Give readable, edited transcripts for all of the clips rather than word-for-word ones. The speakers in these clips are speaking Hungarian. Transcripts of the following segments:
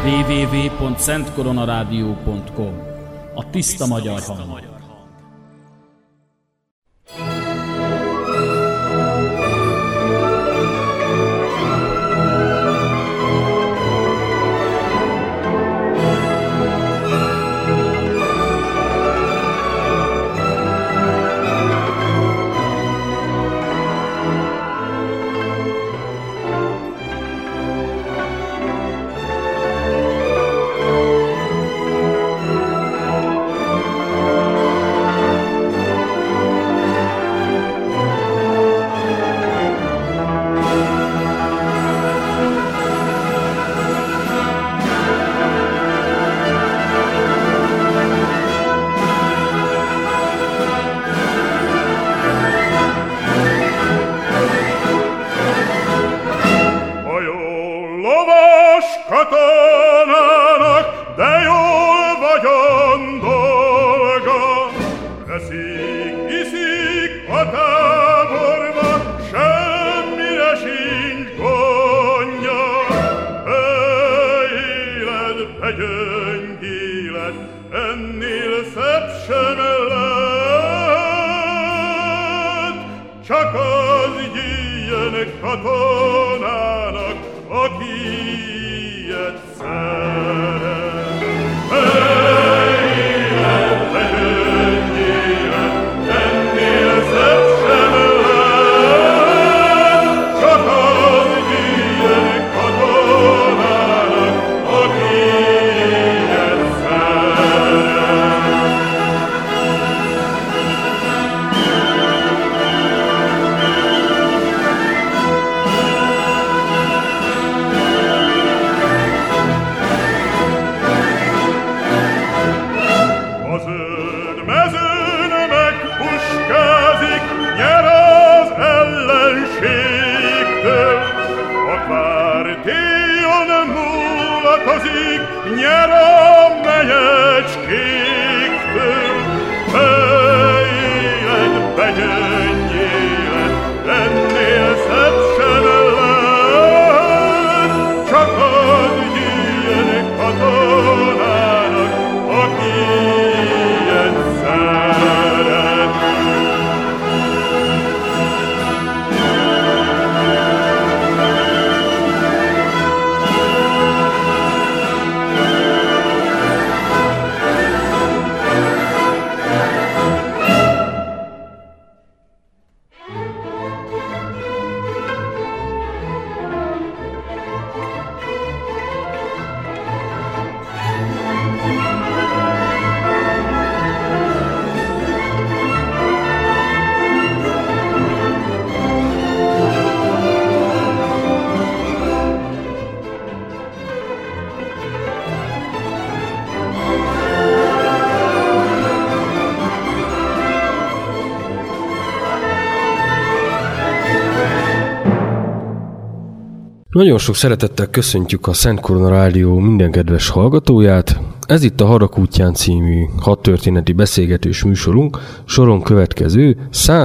www.szentkoronarádió.com. A tiszta magyar hang. Nagyon sok szeretettel köszöntjük a Szent Korona Rádió minden kedves hallgatóját. Ez itt a Hadak útján című hadtörténeti beszélgetős műsorunk, soron következő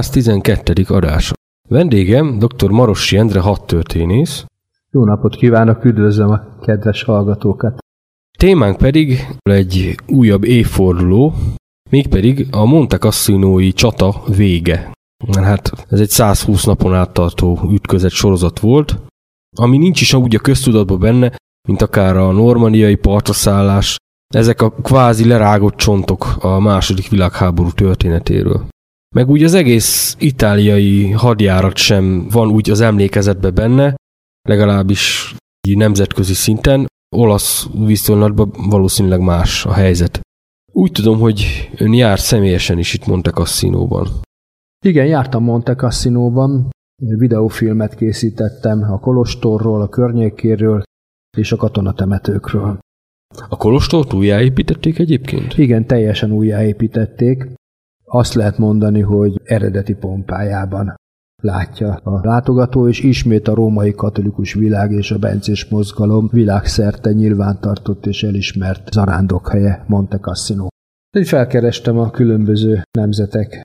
112. adása. Vendégem dr. Marossi Endre hadtörténész. Jó napot kívánok, üdvözlöm a kedves hallgatókat. Témánk pedig egy újabb évforduló, mégpedig a Monte Cassinói csata vége. Hát ez egy 120 napon át tartó ütközet sorozat volt, ami nincs is úgy a köztudatban benne, mint akár a normandiai partraszállás, ezek a kvázi lerágott csontok a második világháború történetéről. Meg úgy az egész itáliai hadjárat sem van úgy az emlékezetben benne, legalábbis nemzetközi szinten, olasz viszonylatban valószínűleg más a helyzet. Úgy tudom, hogy ön járt személyesen is itt Monte Cassinóban. Igen, jártam Monte Cassinóban. Videófilmet készítettem a kolostorról, a környékéről és a katonatemetőkről. A kolostort újjáépítették egyébként? Igen, teljesen újjáépítették. Azt lehet mondani, hogy eredeti pompájában látja a látogató, és ismét a római katolikus világ és a bencés mozgalom világszerte nyilvántartott és elismert zarándokhelye Monte Cassino. Én felkerestem a különböző nemzetek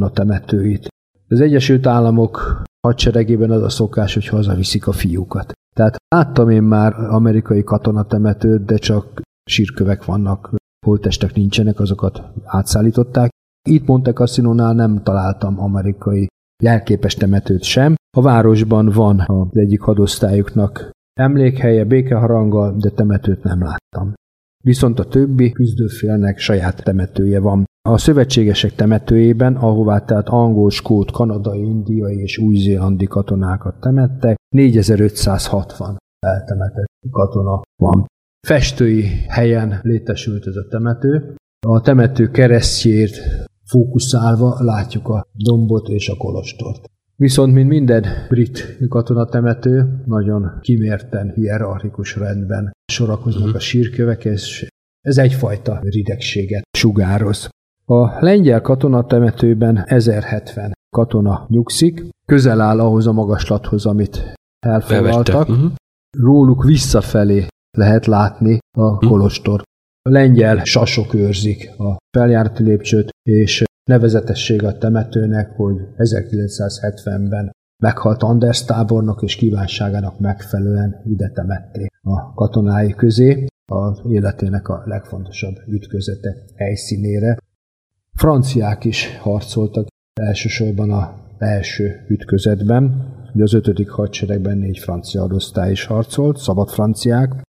katonatemetőit. Az Egyesült Államok hadseregében az a szokás, hogy hazaviszik a fiúkat. Tehát láttam én már amerikai katonatemetőt, de csak sírkövek vannak, holttestek nincsenek, azokat átszállították. Itt Monte Cassinónál nem találtam amerikai jelképes temetőt sem. A városban van az egyik hadosztályuknak emlékhelye, békeharanggal, de temetőt nem láttam. Viszont a többi küzdőfélnek saját temetője van. A szövetségesek temetőjében, ahová tehát angol, skót, kanadai, indiai és új-zélandi katonákat temettek, 4560 eltemetett katona van. Festői helyen létesült ez a temető. A temető keresztjét fókuszálva látjuk a dombot és a kolostort. Viszont, mint minden brit katonatemető, nagyon kimérten, hierarchikus rendben sorakoznak a sírkövek, és ez egyfajta ridegséget sugároz. A lengyel katonatemetőben 1070 katona nyugszik, közel áll ahhoz a magaslathoz, amit elfoglaltak. Róluk visszafelé lehet látni a kolostor. A lengyel sasok őrzik a feljárati lépcsőt, és nevezetesség a temetőnek, hogy 1970-ben meghalt Anders tábornok, és kívánságának megfelelően ide temették a katonái közé, az életének a legfontosabb ütközete helyszínére. Franciák is harcoltak, elsősorban az első ütközetben, ugye az 5. hadseregben 4 francia hadosztály is harcolt, szabad franciák.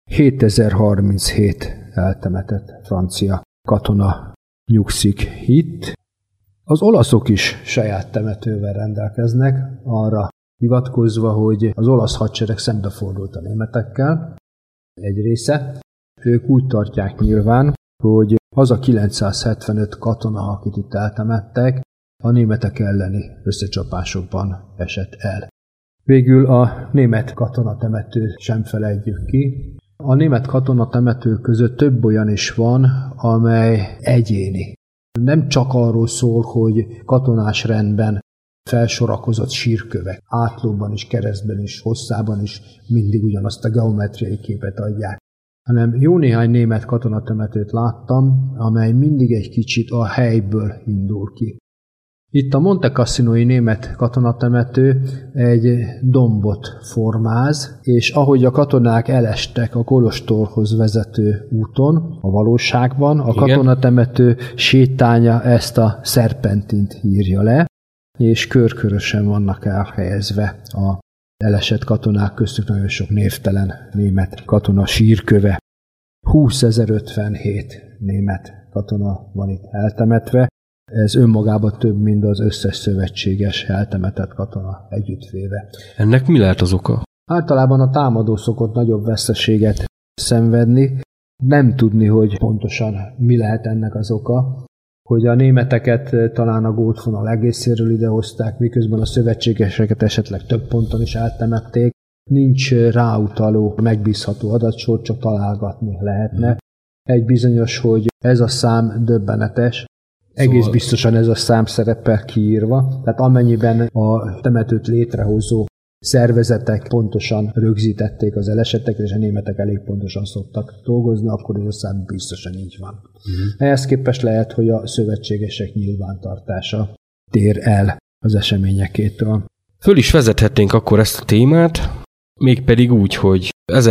7037 eltemetett francia katona nyugszik itt. Az olaszok is saját temetővel rendelkeznek, arra hivatkozva, hogy az olasz hadsereg szembefordult a németekkel egy része. Ők úgy tartják nyilván, hogy az a 975 katona, akit itt eltemettek, a németek elleni összecsapásokban esett el. Végül a német katonatemetőt sem felejtjük ki. A német katonatemetők között több olyan is van, amely egyéni. Nem csak arról szól, hogy katonás rendben felsorakozott sírkövek, átlóban is, keresztben is, hosszában is mindig ugyanazt a geometriai képet adják, hanem jó néhány német katonatemetőt láttam, amely mindig egy kicsit a helyből indul ki. Itt a Monte Cassinói német katonatemető egy dombot formáz, és ahogy a katonák elestek a kolostorhoz vezető úton, a valóságban, a katonatemető sétánya ezt a szerpentint írja le, és körkörösen vannak elhelyezve a elesett katonák köztük nagyon sok névtelen német katona sírköve. 20.057 német katona van itt eltemetve. Ez önmagában több, mint az összes szövetséges eltemetett katona együttvéve. Ennek mi lehet az oka? Általában a támadó szokott nagyobb veszteséget szenvedni. Nem tudni, hogy pontosan mi lehet ennek az oka. Hogy a németeket talán a gótfonal egészéről idehozták, miközben a szövetségeseket esetleg több ponton is eltemették. Nincs ráutaló, megbízható adatsor, csak találgatni lehetne. Egy bizonyos, hogy ez a szám döbbenetes. Egész biztosan ez a szám szerepel kiírva, tehát amennyiben a temetőt létrehozó szervezetek pontosan rögzítették az elesetteket, és a németek elég pontosan szoktak dolgozni, akkor ez a szám biztosan így van. Ehhez képest lehet, hogy a szövetségesek nyilvántartása tér el az eseményekétől. Föl is vezethetnénk akkor ezt a témát, mégpedig úgy, hogy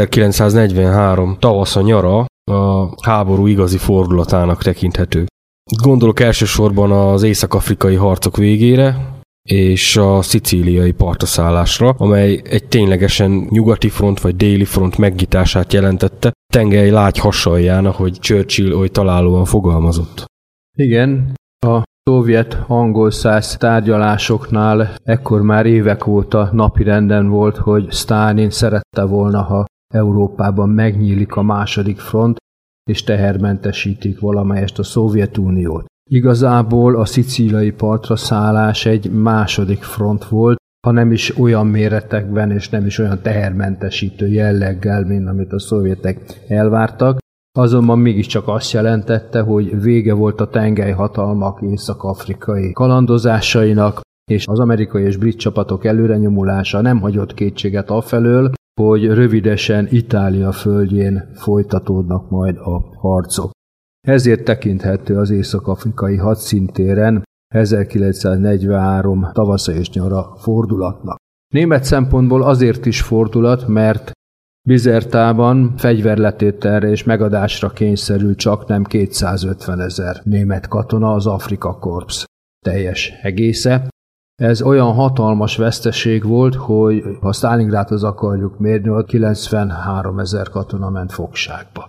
1943 tavasza nyara a háború igazi fordulatának tekinthető. Gondolok elsősorban az észak-afrikai harcok végére és a szicíliai partraszállásra, amely egy ténylegesen nyugati front vagy déli front megnyitását jelentette, tengely lágy hasalján, ahogy Churchill oly találóan fogalmazott. Igen, a szovjet-angol száz tárgyalásoknál ekkor már évek óta napirenden volt, hogy Sztálin szerette volna, ha Európában megnyílik a második front, és tehermentesítik valamelyest a Szovjetuniót. Igazából a szicíliai partra szállás egy második front volt, ha nem is olyan méretekben és nem is olyan tehermentesítő jelleggel, mint amit a szovjetek elvártak. Azonban mégiscsak azt jelentette, hogy vége volt a tengelyhatalmak észak-afrikai kalandozásainak, és az amerikai és brit csapatok előrenyomulása nem hagyott kétséget afelől, hogy rövidesen Itália földjén folytatódnak majd a harcok. Ezért tekinthető az észak-afrikai hadszintéren 1943 tavasza és nyara fordulatnak. Német szempontból azért is fordulat, mert Bizertában fegyverletételre és megadásra kényszerül csaknem 250 000 német katona, az Afrika Korps teljes egésze. Ez olyan hatalmas veszteség volt, hogy ha Stalingrádhoz akarjuk mérni, ott 93 000 katona ment fogságba.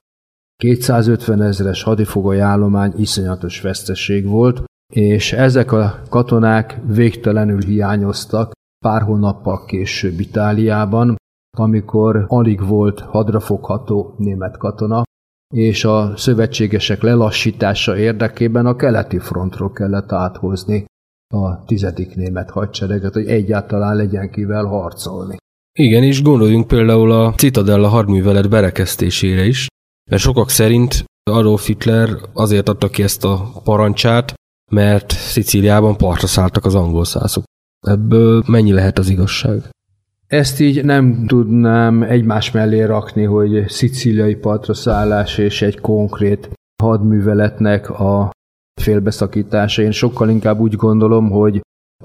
250 000-es hadifogoly állomány iszonyatos veszteség volt, és ezek a katonák végtelenül hiányoztak pár hónappal később Itáliában, amikor alig volt hadrafogható német katona, és a szövetségesek lelassítása érdekében a keleti frontról kellett áthozni a 10. német hadsereget, hogy egyáltalán legyen kivel harcolni. Igen, és gondoljunk például a Citadella hadművelet berekeztésére is, mert sokak szerint Adolf Hitler azért adta ki ezt a parancsát, mert Szicíliában partra szálltak az angolszászok. Ebből mennyi lehet az igazság? Ezt így nem tudnám egymás mellé rakni, hogy szicíliai partra szállás és egy konkrét hadműveletnek a félbeszakítása. Én sokkal inkább úgy gondolom, hogy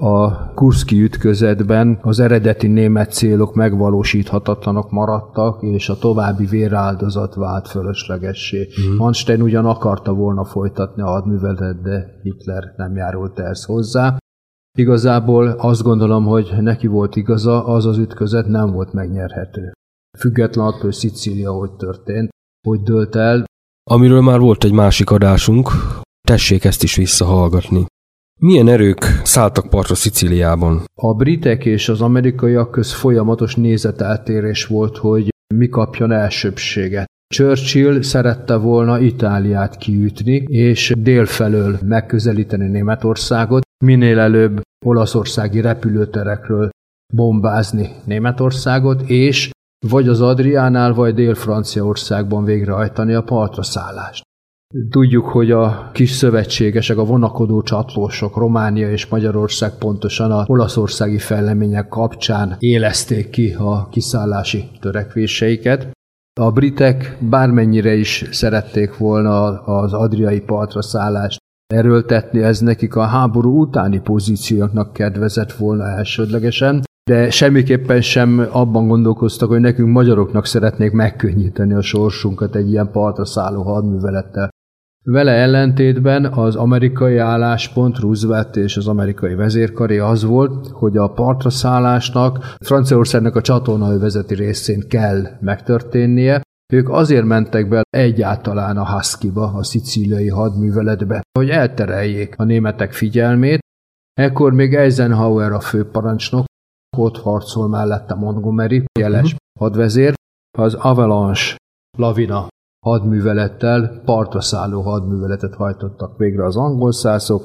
a kurszki ütközetben az eredeti német célok megvalósíthatatlanok maradtak, és a további véráldozat vált fölöslegessé. Manstein ugyan akarta volna folytatni a hadműveletet, de Hitler nem járult ehhez hozzá. Igazából azt gondolom, hogy neki volt igaza, az az ütközet nem volt megnyerhető. Független attól, hogy Szicília hogy történt, hogy dőlt el. Amiről már volt egy másik adásunk, tessék ezt is visszahallgatni. Milyen erők szálltak partra Szicíliában? A britek és az amerikaiak köz folyamatos nézeteltérés volt, hogy mi kapjon elsőbbséget. Churchill szerette volna Itáliát kiütni, és délfelől megközelíteni Németországot, minél előbb olaszországi repülőterekről bombázni Németországot, és vagy az Adriánál, vagy Dél-Franciaországban végrehajtani a partra szállást. Tudjuk, hogy a kis szövetségesek, a vonakodó csatlósok, Románia és Magyarország pontosan az olaszországi fejlemények kapcsán élezték ki a kiszállási törekvéseiket. A britek bármennyire is szerették volna az adriai partra szállást erőltetni, ez nekik a háború utáni pozícióknak kedvezett volna elsődlegesen, de semmiképpen sem abban gondolkoztak, hogy nekünk magyaroknak szeretnék megkönnyíteni a sorsunkat egy ilyen partra szálló hadművelettel. Vele ellentétben az amerikai álláspont, Roosevelt és az amerikai vezérkaré az volt, hogy a partra szállásnak Franciaországnak a csatornaövezeti részén kell megtörténnie. Ők azért mentek be egyáltalán a Huskyba, a szicíliai hadműveletbe, hogy eltereljék a németek figyelmét. Ekkor még Eisenhower a főparancsnok, ott harcol mellette Montgomery, jeles hadvezér, az Avalanche lavina hadművelettel partra szálló hadműveletet hajtottak végre az angolszászok,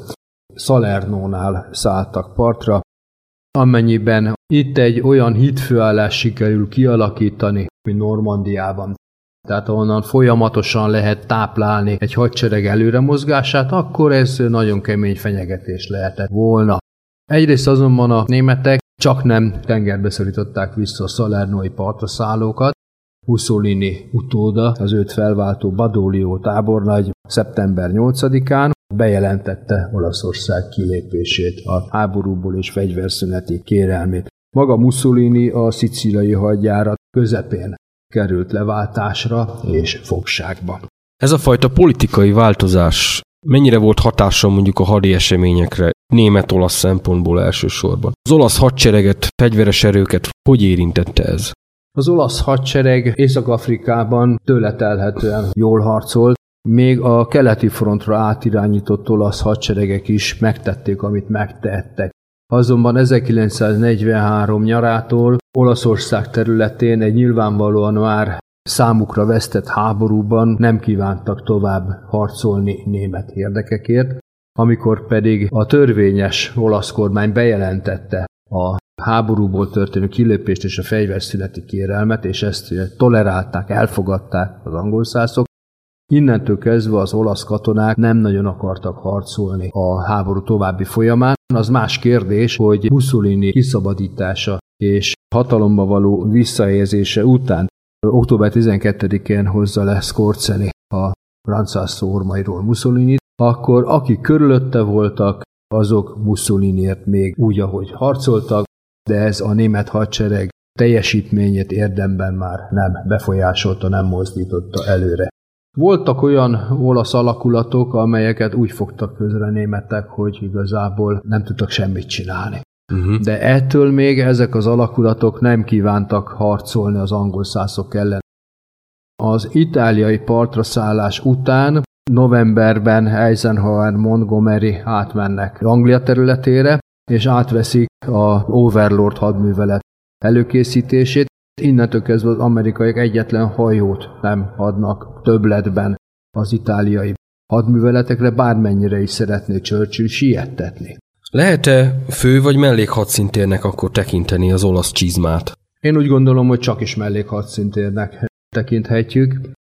Salernónál szálltak partra, amennyiben itt egy olyan hídfőállás sikerül kialakítani, mint Normandiában, tehát onnan folyamatosan lehet táplálni egy hadsereg előremozgását, akkor ez nagyon kemény fenyegetés lehetett volna. Egyrészt azonban a németek csak nem tengerbe szorították vissza a salernói partra szállókat. Mussolini utóda, az őt felváltó Badoglio tábornagy szeptember 8-án bejelentette Olaszország kilépését, a háborúból és fegyverszüneti kérelmét. Maga Mussolini a szicíliai hadjárat közepén került leváltásra és fogságba. Ez a fajta politikai változás mennyire volt hatással mondjuk a hadi eseményekre, német-olasz szempontból elsősorban? Az olasz hadsereget, fegyveres erőket hogy érintette ez? Az olasz hadsereg Észak-Afrikában tőle telhetően jól harcolt, még a keleti frontra átirányított olasz hadseregek is megtették, amit megtettek. Azonban 1943 nyarától Olaszország területén egy nyilvánvalóan már számukra vesztett háborúban nem kívántak tovább harcolni német érdekekért, amikor pedig a törvényes olasz kormány bejelentette a háborúból történő kilépést és a fegyverszüneti kérelmet, és ezt tolerálták, elfogadták az angolszászok. Innentől kezdve az olasz katonák nem nagyon akartak harcolni a háború további folyamán. Az más kérdés, hogy Mussolini kiszabadítása és hatalomba való visszahelyezése után október 12-én hozza le Scorzeni a Ranzaszó ormairól Mussolinit, akkor akik körülötte voltak, azok Mussoliniért még úgy, ahogy harcoltak, de ez a német hadsereg teljesítményét érdemben már nem befolyásolta, nem mozdította előre. Voltak olyan olasz alakulatok, amelyeket úgy fogtak közre németek, hogy igazából nem tudtak semmit csinálni. De ettől még ezek az alakulatok nem kívántak harcolni az angol szászok ellen. Az itáliai partra szállás után novemberben Eisenhower, Montgomery átmennek Anglia területére, és átveszik a Overlord hadművelet előkészítését. Innentől kezdve az amerikaiak egyetlen hajót nem adnak többletben az itáliai hadműveletekre, bármennyire is szeretné Churchill siettetni. Lehet-e fő vagy mellékhadszintérnek akkor tekinteni az olasz csizmát? Én úgy gondolom, hogy csak is mellékhadszintérnek tekinthetjük,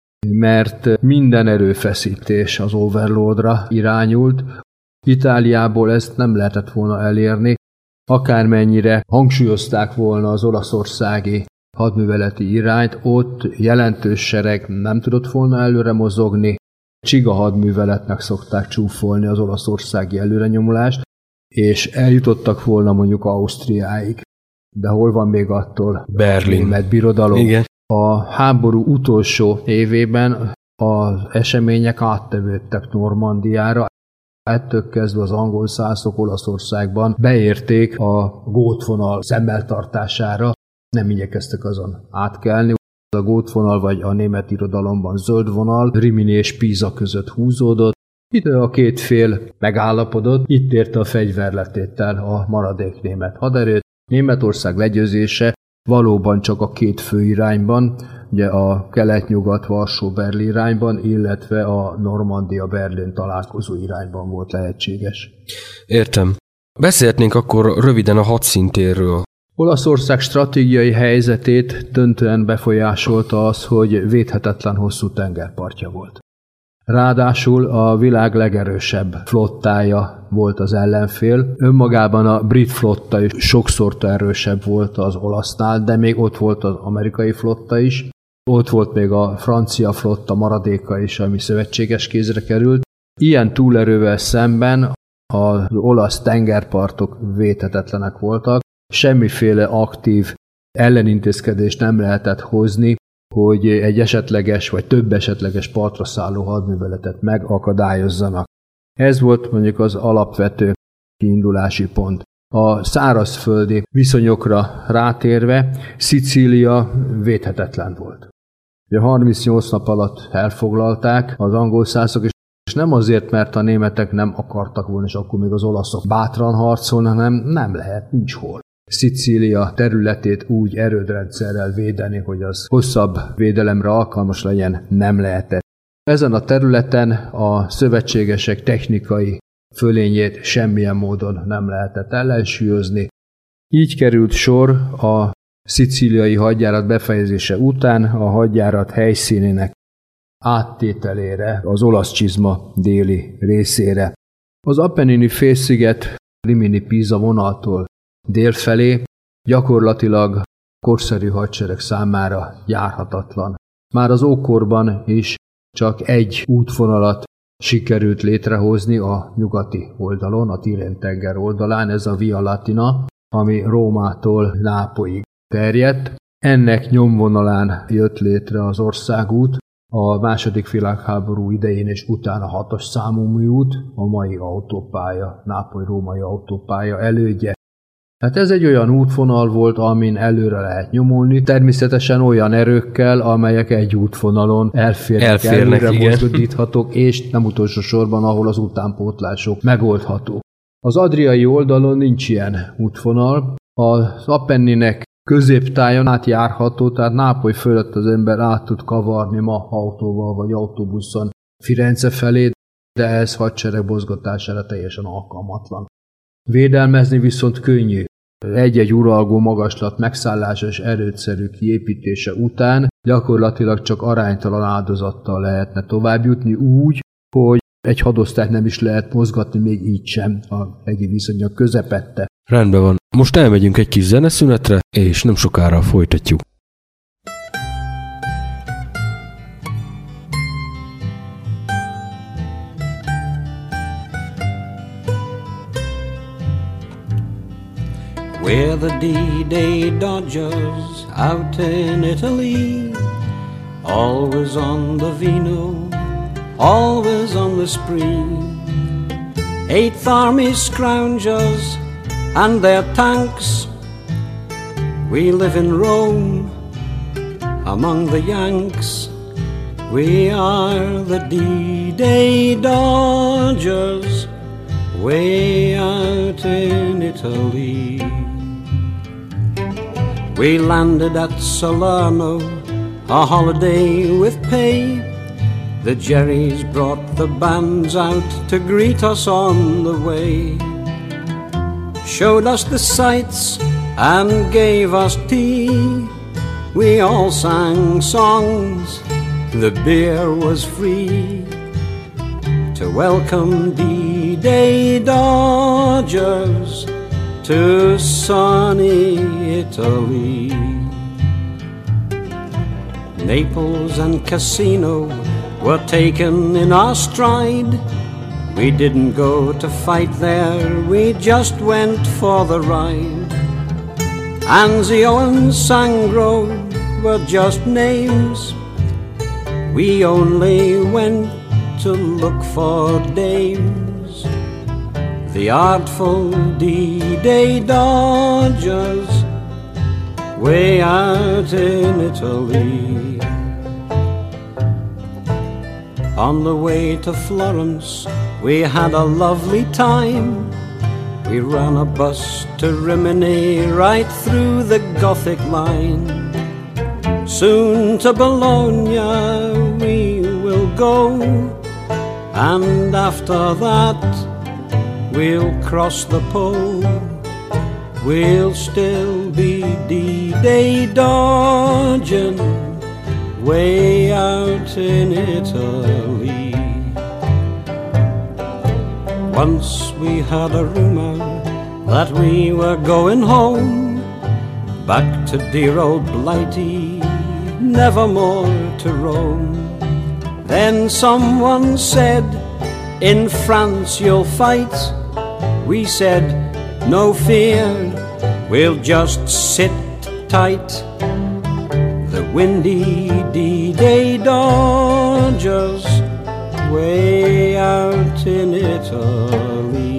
mert minden erőfeszítés az Overlordra irányult. Itáliából ezt nem lehetett volna elérni, akármennyire hangsúlyozták volna az olaszországi hadműveleti irányt, ott jelentős sereg nem tudott volna előre mozogni, csiga hadműveletnek szokták csúfolni az olaszországi előrenyomulást, és eljutottak volna mondjuk Ausztriáig. De hol van még attól Berlin. Német birodalom? Igen. A háború utolsó évében az események áttevődtek Normandiára. Ettől kezdve az angol szászok Olaszországban beérték a gótvonal szemmeltartására, nem igyekeztek azon átkelni. A gótvonal vagy a német irodalomban zöld vonal Rimini és Pisa között húzódott. Itt a két fél megállapodott, itt érte a fegyverletéttel a maradék német haderőt. Németország legyőzése valóban csak a két fő irányban, ugye a kelet-nyugat Varsó-Berlin irányban, illetve a Normandia-Berlin találkozó irányban volt lehetséges. Értem. Beszélhetnénk akkor röviden a hadszintérről. Olaszország stratégiai helyzetét döntően befolyásolta az, hogy védhetetlen hosszú tengerpartja volt. Ráadásul a világ legerősebb flottája volt az ellenfél. Önmagában a brit flotta is sokszor erősebb volt az olasznál, de még ott volt az amerikai flotta is. Ott volt még a francia flotta maradéka is, ami szövetséges kézre került. Ilyen túlerővel szemben az olasz tengerpartok védhetetlenek voltak. Semmiféle aktív ellenintézkedést nem lehetett hozni, hogy egy esetleges vagy több esetleges partra szálló hadműveletet megakadályozzanak. Ez volt mondjuk az alapvető kiindulási pont. A szárazföldi viszonyokra rátérve Szicília védhetetlen volt. Ugye 38 nap alatt elfoglalták az angol szászok, és nem azért, mert a németek nem akartak volna, és akkor még az olaszok bátran harcolni, hanem nem lehet, nincs hol. Szicília területét úgy erődrendszerrel védeni, hogy az hosszabb védelemre alkalmas legyen, nem lehetett. Ezen a területen a szövetségesek technikai fölényét semmilyen módon nem lehetett ellensúlyozni. Így került sor a szicíliai hadjárat befejezése után a hadjárat helyszínének áttételére az olasz csizma déli részére. Az Appennini félsziget Rimini-Pisa vonaltól délfelé gyakorlatilag korszerű hadsereg számára járhatatlan. Már az ókorban is csak egy útvonalat sikerült létrehozni a nyugati oldalon, a Tirrén-tenger oldalán, ez a Via Latina, ami Rómától Nápolyig terjedt. Ennek nyomvonalán jött létre az országút, a II. Világháború idején és utána 6-as számú műút, a mai autópálya, Nápoly-római autópálya elődje. Hát ez egy olyan útvonal volt, amin előre lehet nyomulni, természetesen olyan erőkkel, amelyek egy útvonalon elférnek előre mozgódíthatók, és nem utolsó sorban, ahol az utánpótlások megoldhatók. Az adriai oldalon nincs ilyen útvonal, az Appenninek középtájon átjárható, tehát Nápoly fölött az ember át tud kavarni ma autóval vagy autóbuszon Firenze felé, de ez hadsereg mozgatására teljesen alkalmatlan. Védelmezni viszont könnyű. Egy-egy uralgó magaslat megszállása és erőtszerű kiépítése után gyakorlatilag csak aránytalan áldozattal lehetne továbbjutni úgy, hogy egy hadosztályt nem is lehet mozgatni még így sem a hegyi viszonyok közepette. Rendben van. Most elmegyünk egy kis zeneszünetre, és nem sokára folytatjuk. We're the D-Day Dodgers out in Italy, always on the vino, always on the spree. 8th Army scroungers and their tanks, we live in Rome among the Yanks. We are the D-Day Dodgers way out in Italy. We landed at Salerno, a holiday with pay. The Jerrys brought the bands out to greet us on the way, showed us the sights and gave us tea. We all sang songs, the beer was free, to welcome D-Day Dodgers to sunny Italy. Naples and Cassino were taken in our stride. We didn't go to fight there, we just went for the ride. Anzio and Sangro were just names, we only went to look for dames. The artful D-Day Dodgers way out in Italy. On the way to Florence we had a lovely time. We ran a bus to Rimini right through the Gothic line. Soon to Bologna we will go, and after that we'll cross the Po. We'll still be D-Day dodging way out in Italy. Once we had a rumor that we were going home, back to dear old Blighty, never more to roam. Then someone said, in France you'll fight. We said, no fear, we'll just sit tight. The windy D-Day Dodgers way out in Italy.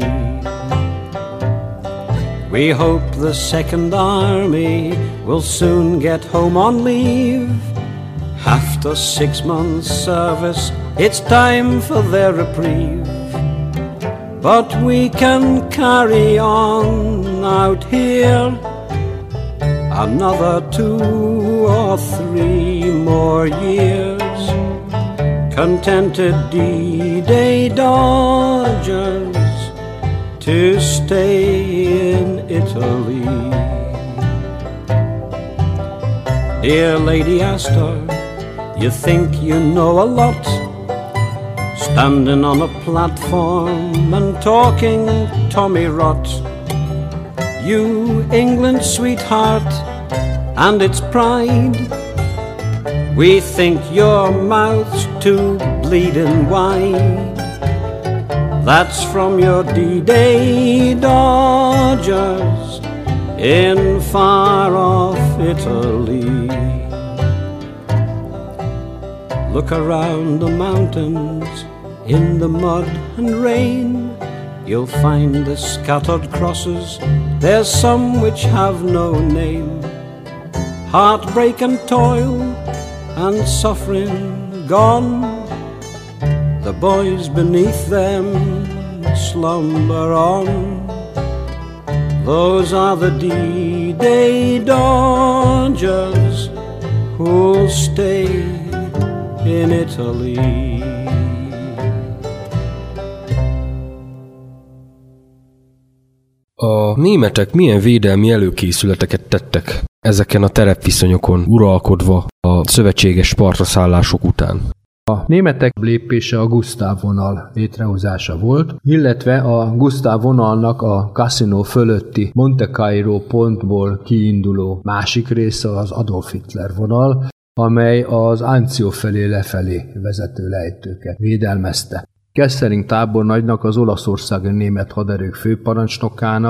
We hope the Second Army will soon get home on leave. After 6 months' service, it's time for their reprieve. But we can carry on out here another 2 or 3 more years, contented D-Day Dodgers to stay in Italy. Dear Lady Astor, you think you know a lot, standing on a platform and talking Tommy rot. You, England's sweetheart and its pride, we think your mouth's too bleeding wide. That's from your D-Day Dodgers in far-off Italy. Look around the mountains in the mud and rain, you'll find the scattered crosses, there's some which have no name. Heartbreak and toil and suffering gone, the boys beneath them slumber on. Those are the D-Day Dodgers who'll stay in Italy. A németek milyen védelmi előkészületeket tettek ezeken a terepviszonyokon uralkodva a szövetséges partraszállások után? A németek lépése a Gustav vonal létrehozása volt, illetve a Gustav vonalnak a Cassino fölötti Monte Cairo pontból kiinduló másik része az Adolf Hitler vonal, amely az Anzio felé lefelé vezető lejtőket védelmezte. Kesselring tábornagynak, az olaszországi német haderők főparancsnokának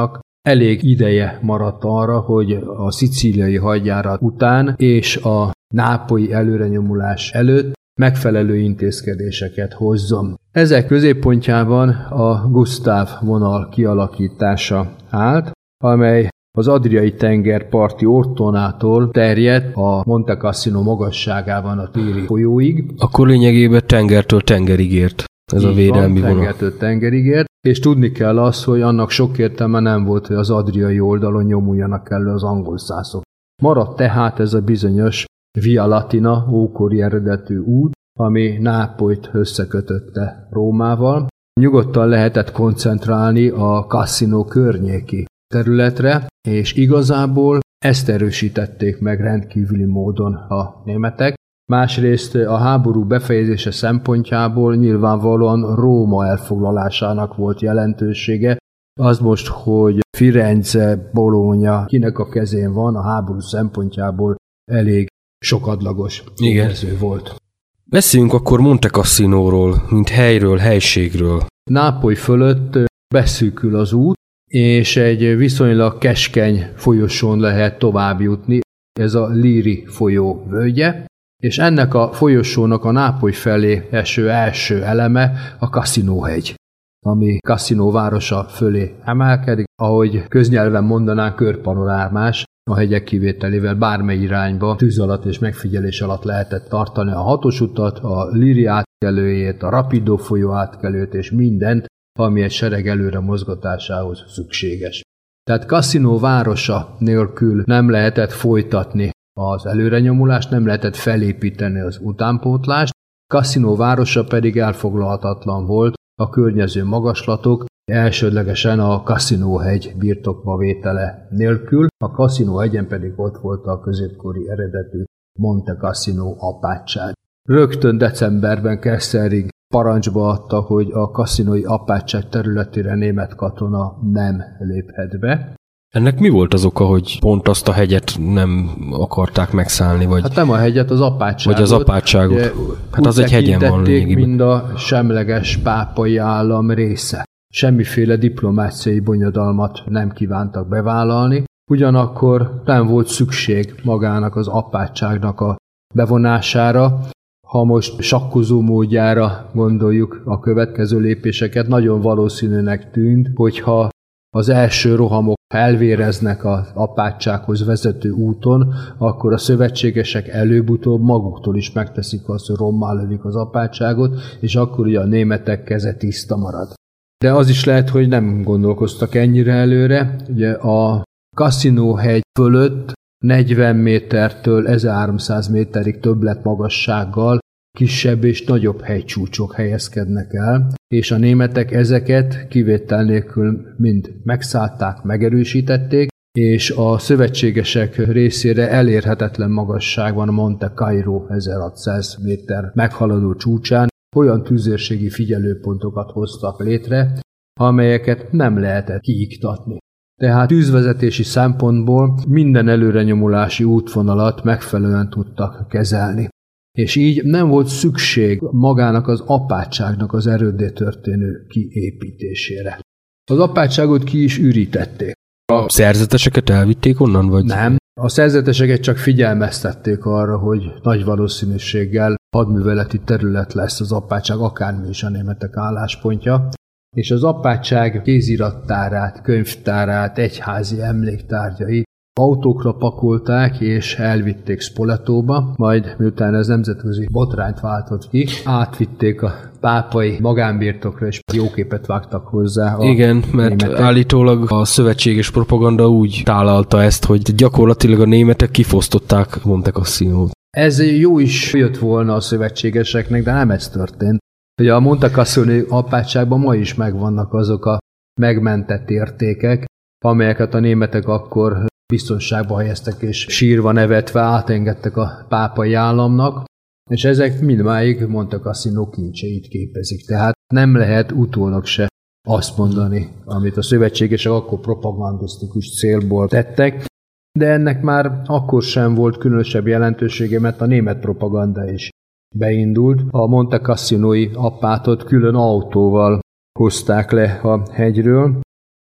elég ideje maradt arra, hogy a szicíliai hadjárat után és a nápolyi előrenyomulás előtt megfelelő intézkedéseket hozzon. Ezek középpontjában a Gusztáv vonal kialakítása állt, amely az Adriai tenger parti Ortonától terjedt a Monte Cassino magasságában a Téli folyóig. Akkor lényegében tengertől tengerig ért ez a védelmi vonal. Tengertől tengerig ért, és tudni kell azt, hogy annak sok értelme nem volt, hogy az adriai oldalon nyomuljanak elő az angol szászok. Maradt tehát ez a bizonyos Via Latina, ókori eredetű út, ami Nápolyt összekötötte Rómával. Nyugodtan lehetett koncentrálni a Cassino környéki területre, és igazából ezt erősítették meg rendkívüli módon a németek. Másrészt a háború befejezése szempontjából nyilvánvalóan Róma elfoglalásának volt jelentősége. Az most, hogy Firenze, Bologna kinek a kezén van, a háború szempontjából elég sokadlagos tényező volt. Beszéljünk akkor Monte Cassinóról, mint helyről, helységről. Nápoly fölött beszűkül az út, és egy viszonylag keskeny folyosón lehet tovább jutni. Ez a Liri folyó völgye, és ennek a folyosónak a Nápoly felé eső első eleme a Cassinó-hegy, ami Cassino városa fölé emelkedik, ahogy köznyelven mondanánk körpanorámás, a hegyek kivételével bármely irányba tűz alatt és megfigyelés alatt lehetett tartani a hatos utat, a Liri átkelőjét, a Rapido folyó átkelőt és mindent, ami egy sereg előre mozgatásához szükséges. Tehát Cassino városa nélkül nem lehetett folytatni az előrenyomulást, nem lehetett felépíteni az utánpótlást, Cassino városa pedig elfoglalhatatlan volt a környező magaslatok, elsődlegesen a Cassino-hegy birtokba vétele nélkül, a Cassino-hegyen pedig ott volt a középkori eredetű Monte Cassino apátság. Rögtön decemberben Kesselring parancsba adta, hogy a cassinói apátság területére német katona nem léphet be. Ennek mi volt az oka, hogy pont azt a hegyet nem akarták megszállni? Vagy... Hát nem a hegyet, az apátságot. Vagy az apátságot. Hát az egy hegyen van lényegében. Mind a semleges pápai állam része. Semmiféle diplomáciai bonyodalmat nem kívántak bevállalni, ugyanakkor nem volt szükség magának az apátságnak a bevonására. Ha most sakkozó módjára gondoljuk a következő lépéseket, nagyon valószínűnek tűnt, hogyha az első rohamok elvéreznek az apátsághoz vezető úton, akkor a szövetségesek előbb-utóbb maguktól is megteszik azt, hogy rommá lövik az apátságot, és akkor ugye a németek keze tiszta marad. De az is lehet, hogy nem gondolkoztak ennyire előre. Ugye a Cassino-hegy fölött 40 métertől 1300 méterig többlet magassággal kisebb és nagyobb hegycsúcsok helyezkednek el, és a németek ezeket kivétel nélkül mind megszállták, megerősítették, és a szövetségesek részére elérhetetlen magasságban a Monte Cairo 1600 méter meghaladó csúcsán olyan tüzérségi figyelőpontokat hoztak létre, amelyeket nem lehetett kiiktatni. Tehát tűzvezetési szempontból minden előrenyomulási útvonalat megfelelően tudtak kezelni. És így nem volt szükség magának az apátságnak az erőddé történő kiépítésére. Az apátságot ki is ürítették. A szerzeteseket elvitték onnan, vagy? Nem. A szerzeteseket csak figyelmeztették arra, hogy nagy valószínűséggel hadműveleti terület lesz az apátság, akármi is a németek álláspontja, és az apátság kézirattárát, könyvtárát, egyházi emléktárgyait autókra pakolták és elvitték Spoletóba, majd miután ez nemzetközi botrányt váltott ki, átvitték a pápai magánbirtokra, és jó képet vágtak hozzá. Igen, mert németek. Állítólag a szövetséges propaganda úgy tálalta ezt, hogy gyakorlatilag a németek kifosztották Monte Cassinót. Ez jó is jött volna a szövetségeseknek, de nem ez történt. Ugye a Monte Cassino apátságban ma is megvannak azok a megmentett értékek, amelyeket a németek akkor biztonságba helyeztek, és sírva nevetve átengedtek a pápai államnak, és ezek mindmáig Monte Cassino kincseit képezik. Tehát nem lehet utólag se azt mondani, amit a szövetségesek akkor propagandisztikus célból tettek, de ennek már akkor sem volt különösebb jelentősége, mert a német propaganda is beindult. A Monte Cassinói apátot külön autóval hozták le a hegyről,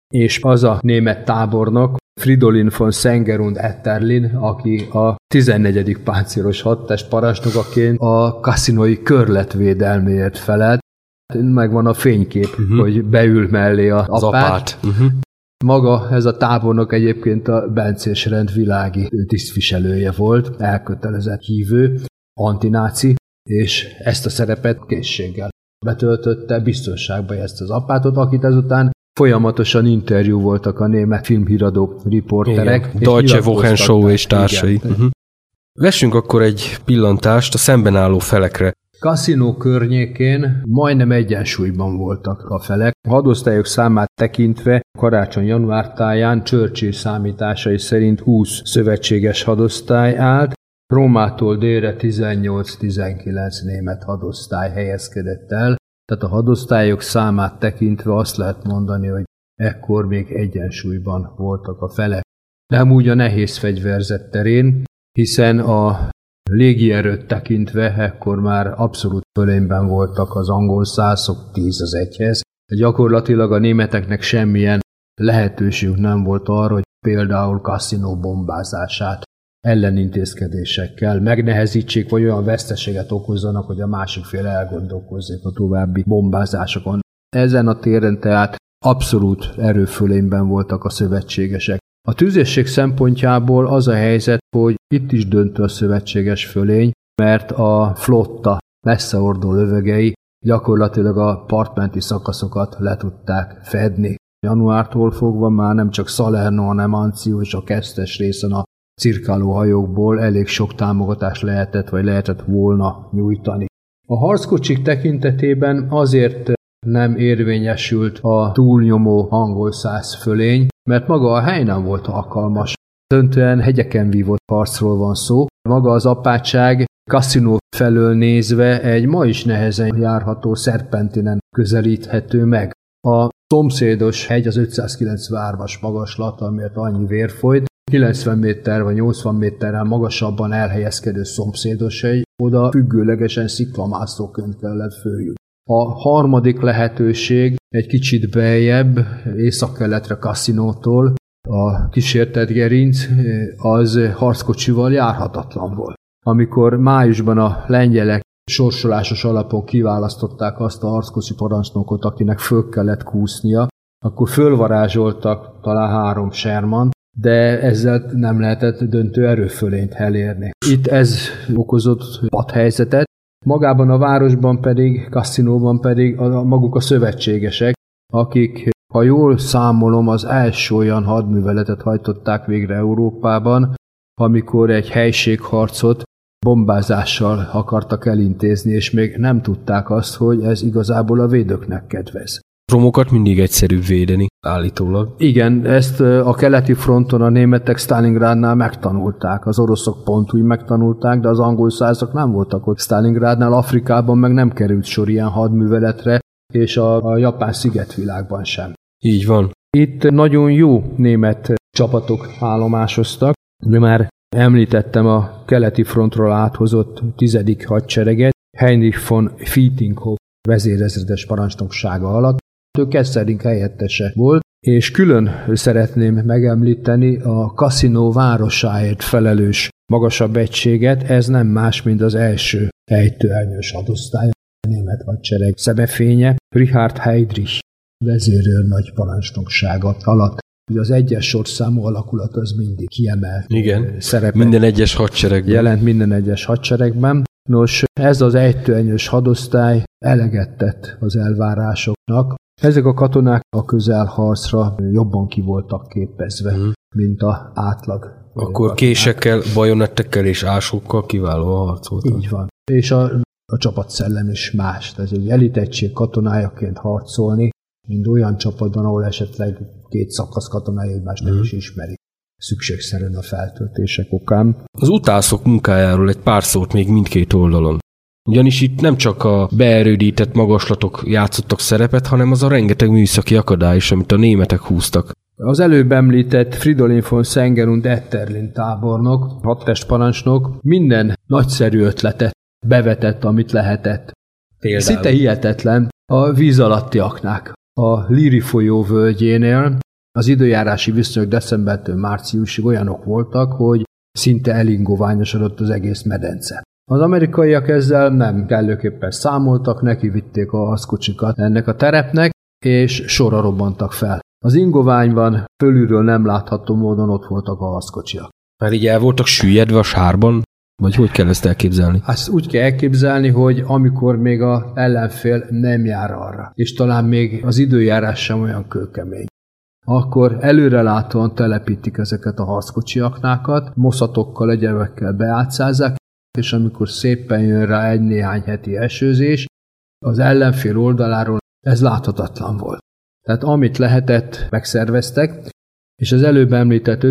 és az a német tábornok, Fridolin von Senger und Etterlin, aki a 14. páncélos hadtest parancsnokaként a kaszinói körlet védelméért felelt. Megvan a fénykép, hogy beül mellé az apát. Maga ez a tábornok egyébként a bencés rend világi tisztviselője volt, elkötelezett hívő, antináci, és ezt a szerepet készséggel betöltötte, biztonságba ezt az apátot, akit ezután folyamatosan interjú voltak a német filmhíradó riporterek. Deutsche Wochenschau és társai. Vessünk akkor egy pillantást a szemben álló felekre. Kaszinó környékén majdnem egyensúlyban voltak a felek. A hadosztályok számát tekintve karácsony-január táján Churchill számításai szerint 20 szövetséges hadosztály állt, Rómától délre 18-19 német hadosztály helyezkedett el, tehát a hadosztályok számát tekintve azt lehet mondani, hogy ekkor még egyensúlyban voltak a felek. Nem úgy a nehéz fegyverzet terén, hiszen a légierőt tekintve ekkor már abszolút fölényben voltak az angol szászok 10-1-hez. Gyakorlatilag a németeknek semmilyen lehetőségük nem volt arra, hogy például kaszinó bombázását ellenintézkedésekkel megnehezítsék, vagy olyan veszteséget okozzanak, hogy a másik fél elgondolkozzék a további bombázásokon. Ezen a téren tehát abszolút erőfölényben voltak a szövetségesek. A tüzérség szempontjából az a helyzet, hogy itt is döntő a szövetséges fölény, mert a flotta messzeordó lövegei gyakorlatilag a partmenti szakaszokat le tudták fedni. Januártól fogva már nem csak Salerno, hanem Anzio és a Kestes részen a cirkáló hajókból elég sok támogatást lehetett volna nyújtani. A harckocsik tekintetében azért nem érvényesült a túlnyomó angol szász fölény, mert maga a hely nem volt alkalmas. Döntően hegyeken vívott harcról van szó. Maga az apátság Casino felől nézve egy ma is nehezen járható szerpentinen közelíthető meg. A szomszédos hegy az 593-as magaslat, amiért annyi vér folyt, 90 méter vagy 80 méterrel magasabban elhelyezkedő szomszédos hegy, oda függőlegesen sziklamászóként kellett följutni. A harmadik lehetőség egy kicsit beljebb, északkeletre Cassinótól, a kísértett gerinc, az harckocsival járhatatlan volt. Amikor májusban a lengyelek sorsolásos alapon kiválasztották azt a harckocsi parancsnokot, akinek föl kellett kúsznia, akkor fölvarázsoltak talán 3 Sherman, de ezzel nem lehetett döntő erőfölényt elérni. Itt ez okozott padhelyzetet, magában a városban pedig, Cassinóban pedig maguk a szövetségesek, akik, ha jól számolom, az első olyan hadműveletet hajtották végre Európában, amikor egy helységharcot bombázással akartak elintézni, és még nem tudták azt, hogy ez igazából a védőknek kedvez. Romokat mindig egyszerűbb védeni, állítólag. Igen, ezt a keleti fronton a németek Stalingrádnál megtanulták, az oroszok pont úgy megtanulták, de az angol százak nem voltak ott Stalingrádnál, Afrikában meg nem került sor ilyen hadműveletre, és a japán szigetvilágban sem. Így van. Itt nagyon jó német csapatok állomásoztak, de már említettem a keleti frontról áthozott 10. hadsereget, Heinrich von Vietinghoff vezérezredes parancsnoksága alatt. Ő Kesselring helyettese volt, és külön szeretném megemlíteni a Casino városáért felelős magasabb egységet, ez nem más, mint az első ejtőernyős hadosztály, a német hadsereg szemefénye, Richard Heydrich vezérőrnagy parancsnoksága alatt. Ugye az egyes sorszámú alakulat az mindig kiemelt. Igen, minden egyes hadseregben. Jelent minden egyes hadseregben. Nos, ez az ejtőernyős hadosztály eleget tett az elvárásoknak. Ezek a katonák a közelharcra jobban ki voltak képezve, mint az átlag. Akkor katonák. Késekkel, bajonettekkel és ásókkal kiválóan harcoltak. Így van. És a csapatszellem is más. Tehát egy elitettség katonájaként harcolni, mint olyan csapatban, ahol esetleg 2 szakasz katonái egymást nem is ismerik. Szükségszerűen a feltöltések okán. Az utászok munkájáról egy pár szót még mindkét oldalon. Ugyanis itt nem csak a beerődített magaslatok játszottak szerepet, hanem az a rengeteg műszaki akadály is, amit a németek húztak. Az előbb említett Fridolin von Senger und Etterlin tábornok, hadtestparancsnok minden nagyszerű ötletet bevetett, amit lehetett. Például. Szinte hihetetlen a víz alatti aknák. A Liri folyó völgyénél Az időjárási viszonyok decembertől márciusig olyanok voltak, hogy szinte elingoványosodott az egész medence. Az amerikaiak ezzel nem kellőképpen számoltak, nekivitték a harckocsikat ennek a terepnek, és sorra robbantak fel. Az ingoványban fölülről nem látható módon ott voltak a harckocsiak. Már így el voltak süllyedve a sárban? Vagy hogy kell ezt elképzelni? Azt úgy kell elképzelni, hogy amikor még az ellenfél nem jár arra, és talán még az időjárás sem olyan kőkemény, akkor előrelátóan telepítik ezeket a harckocsiaknákat, moszatokkal, egyebekkel beátszázzák, és amikor szépen jön rá egy néhány heti esőzés, az ellenfél oldaláról ez láthatatlan volt. Tehát amit lehetett, megszerveztek, és az előbb említett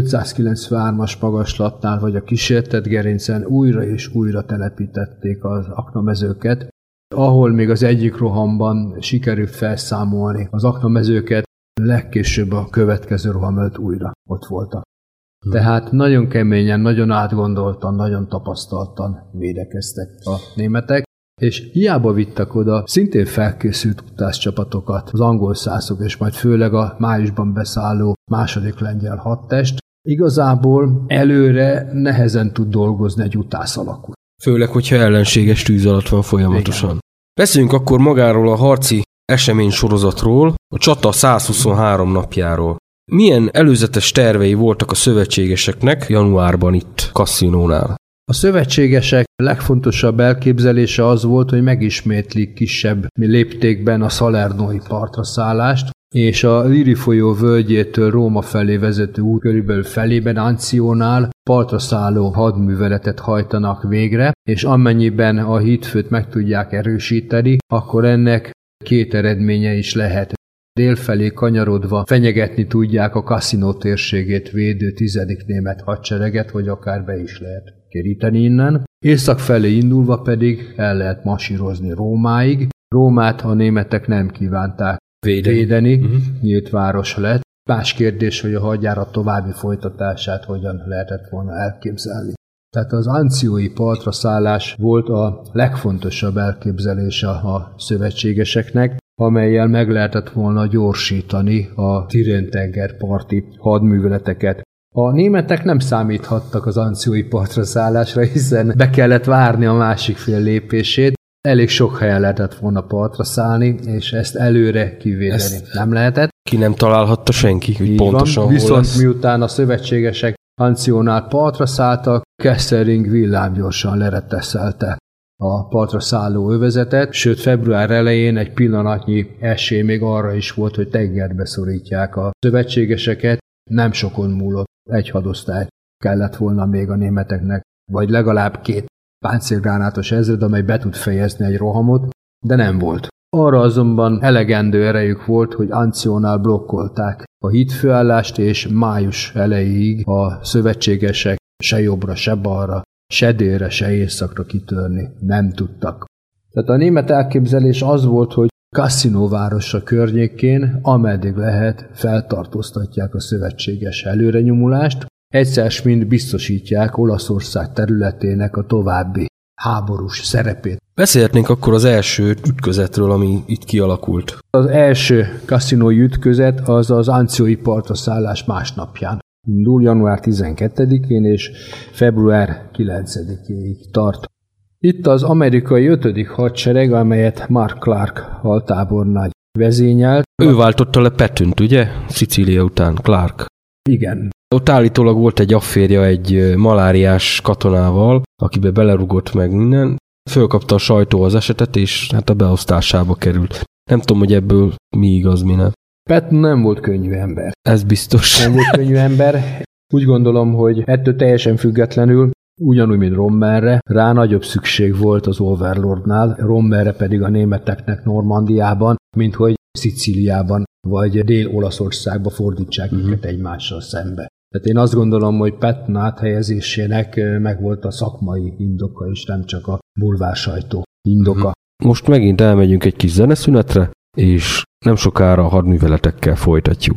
593-as magaslatnál vagy a kísértett gerincen újra és újra telepítették az aknamezőket, ahol még az egyik rohamban sikerült felszámolni az aknamezőket, legkésőbb a következő roham előtt újra ott voltak. Tehát nagyon keményen, nagyon átgondoltan, nagyon tapasztaltan védekeztek a németek, és hiába vittek oda szintén felkészült utascsapatokat, az angol szászok, és majd főleg a májusban beszálló második lengyel hadtest, igazából előre nehezen tud dolgozni egy utász alakú. Főleg, hogyha ellenséges tűz alatt van folyamatosan. Igen. Beszéljünk akkor magáról a harci esemény sorozatról, a csata 123 napjáról. Milyen előzetes tervei voltak a szövetségeseknek januárban itt Cassinónál? A szövetségesek legfontosabb elképzelése az volt, hogy megismétlik kisebb léptékben a Salernói partra szállást, és a Liri folyó völgyétől Róma felé vezető út körülbelül felében Anciónál partra szálló hadműveletet hajtanak végre, és amennyiben a hídfőt meg tudják erősíteni, akkor ennek két eredménye is lehet. Délfelé kanyarodva fenyegetni tudják a Cassino térségét védő 10. német hadsereget, vagy akár be is lehet keríteni innen. Észak felé indulva pedig el lehet masírozni Rómáig. Rómát a németek nem kívánták védeni. Nyílt város lett. Más kérdés, hogy a hadjárat további folytatását hogyan lehetett volna elképzelni. Tehát az anciói partra szállás volt a legfontosabb elképzelése a szövetségeseknek, amellyel meg lehetett volna gyorsítani a Tirrén-tenger parti hadműveleteket. A németek nem számíthattak az anciói partra szállásra, hiszen be kellett várni a másik fél lépését. Elég sok helyen lehetett volna partra szállni, és ezt előre kivédeni nem lehetett. Ki nem találhatta senki, hogy pontosan hol viszont lesz. Miután a szövetségesek Anciónál partra szálltak, Kesselring villámgyorsan lereteszelte a partra szálló övezetet, sőt február elején egy pillanatnyi esély még arra is volt, hogy tengerbe szorítják a szövetségeseket. Nem sokon múlott, egy hadosztály kellett volna még a németeknek, vagy legalább 2 páncélgránátos ezred, amely be tud fejezni egy rohamot, de nem volt. Arra azonban elegendő erejük volt, hogy Anciónál blokkolták a hídfőállást, és május elejéig a szövetségesek se jobbra, se balra, se délre, se északra kitörni nem tudtak. Tehát a német elképzelés az volt, hogy Cassino városa környékén, ameddig lehet, feltartóztatják a szövetséges előrenyomulást, egyszer mind biztosítják Olaszország területének a további háborús szerepét. Beszélhetnénk akkor az első ütközetről, ami itt kialakult. Az első kaszinói ütközet az az anciói partra szállás másnapján indul, január 12-én és február 9-éig tart. Itt az amerikai 5. hadsereg, amelyet Mark Clark altábornagy vezényelt. Ő váltotta le Petőnt, ugye? Szicília után, Clark. Igen. Ott állítólag volt egy afférja egy maláriás katonával, akibe belerugott meg minden. Fölkapta a sajtó az esetet, és hát a beosztásába került. Nem tudom, hogy ebből mi igaz, mi nem. Patton nem volt könnyű ember. Ez biztos. Nem volt könnyű ember. Úgy gondolom, hogy ettől teljesen függetlenül, ugyanúgy, mint Rommelre, rá nagyobb szükség volt az Overlordnál, Rommelre pedig a németeknek Normandiában, mint hogy Szicíliában vagy Dél-Olaszországba fordítsák őket egymással szembe. Tehát én azt gondolom, hogy Patton áthelyezésének megvolt a szakmai indoka, és nem csak a bulvársajtó indoka. Most megint elmegyünk egy kis zeneszünetre, és nem sokára a hadműveletekkel folytatjuk.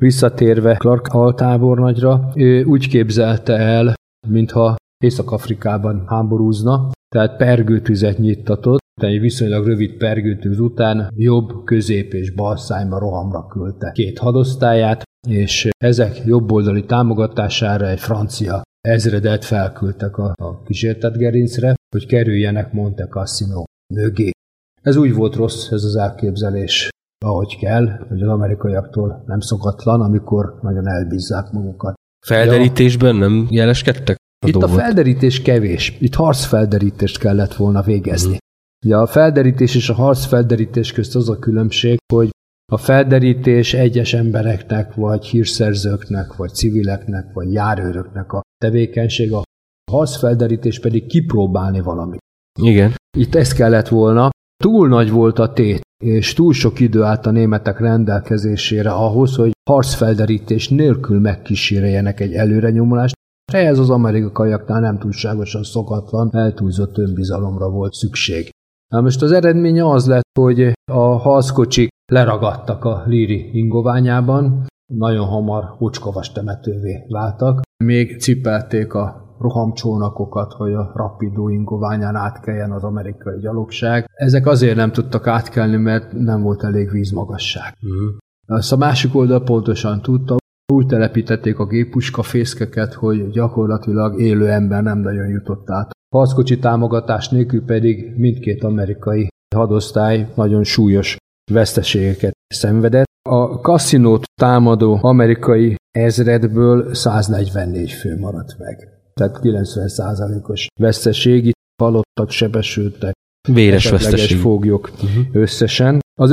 Visszatérve Clark altábornagyra, ő úgy képzelte el, mintha Észak-Afrikában háborúzna, tehát pergőtüzet nyittatott, egy viszonylag rövid pergőtűz után jobb, közép és bal szárnyba rohamra küldte 2 hadosztályát, és ezek jobboldali támogatására egy francia ezredet felküldtek a kísértett gerincre, hogy kerüljenek Monte Cassino mögé. Ez úgy volt rossz, ez az elképzelés, ahogy kell, hogy az amerikaiaktól nem szokatlan, amikor nagyon elbízzák magukat. Felderítésben nem jeleskedtek? Itt a felderítés kevés. Itt harcfelderítést kellett volna végezni. Ugye a felderítés és a harcfelderítés közt az a különbség, hogy a felderítés egyes embereknek, vagy hírszerzőknek, vagy civileknek, vagy járőröknek a tevékenység, a harcfelderítés pedig kipróbálni valamit. Igen. Itt ez kellett volna. Túl nagy volt a tét, és túl sok idő állt a németek rendelkezésére ahhoz, hogy harcfelderítés nélkül megkíséreljenek egy előrenyomulást. Ehhez az amerikaiaknál nem túlságosan szokatlan, eltúlzott önbizalomra volt szükség. Na most az eredménye az lett, hogy a harckocsik leragadtak a Leary ingoványában, nagyon hamar ocskavas temetővé váltak. Még cipelték a rohamcsónakokat, hogy a Rapido ingoványán átkeljen az amerikai gyalogság. Ezek azért nem tudtak átkelni, mert nem volt elég vízmagasság. Azt a másik oldal pontosan tudta, úgy telepítették a géppuskafészkeket, hogy gyakorlatilag élő ember nem nagyon jutott át. Harckocsi támogatás nélkül pedig mindkét amerikai hadosztály nagyon súlyos veszteségeket szenvedett. A kaszinót támadó amerikai ezredből 144 fő maradt meg. Tehát 90%-os veszteség, itt halottak, sebesültek, véres veszteség, foglyok összesen. Az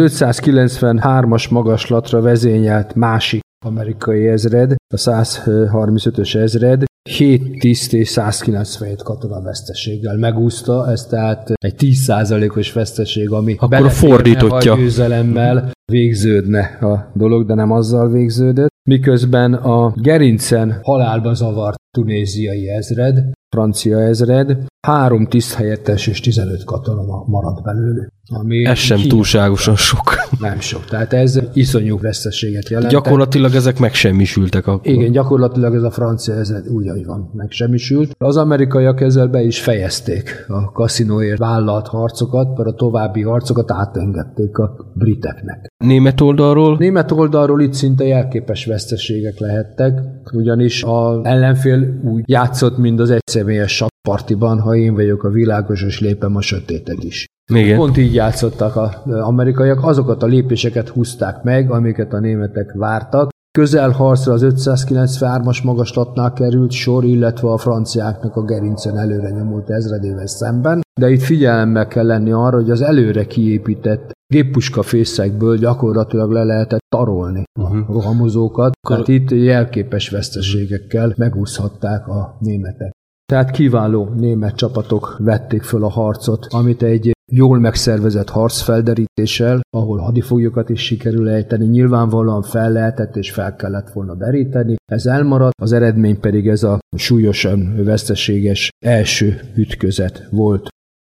593-as magaslatra vezényelt másik amerikai ezred, a 135-ös ezred 7 tiszt és 197 katona veszteséggel megúszta, ez tehát egy 10%-os veszteség, ami akkor fordítottja. Ha győzelemmel végződne a dolog, de nem azzal végződött. Miközben a gerincen halálba zavart tunéziai ezred, francia ezred, 3 tiszthelyettes és 15 katona maradt belőle. Ez sem túlságosan sok. Nem sok, tehát ez iszonyú veszteséget jelentett. Gyakorlatilag ezek megsemmisültek akkor. Igen, gyakorlatilag ez a francia ezred úgy, ahogy van, megsemmisült. Az amerikaiak ezzel be is fejezték a kaszinóért vállalt harcokat, mert a további harcokat átengedték a briteknek. Német oldalról? Német oldalról itt szinte jelképes veszteségek lehettek, ugyanis az ellenfél úgy játszott, mint az egyszemélyes sakkpartiban, ha én vagyok a világos, és lépem a sötétet is. Igen. Pont így játszottak az amerikaiak, azokat a lépéseket húzták meg, amiket a németek vártak. Közelharcra az 593-as magaslatnál került sor, illetve a franciáknak a gerincen előre nyomult ezredével szemben, de itt figyelemmel kell lenni arra, hogy az előre kiépített géppuskafészekből gyakorlatilag le lehetett tarolni a rohamozókat, tehát itt jelképes veszteségekkel megúszhatták a németek. Tehát kiváló német csapatok vették föl a harcot, amit egy jól megszervezett harcfelderítéssel, ahol hadifoglyokat is sikerül ejteni, nyilvánvalóan fel lehetett és fel kellett volna deríteni. Ez elmaradt, az eredmény pedig ez a súlyosan veszteséges első ütközet volt.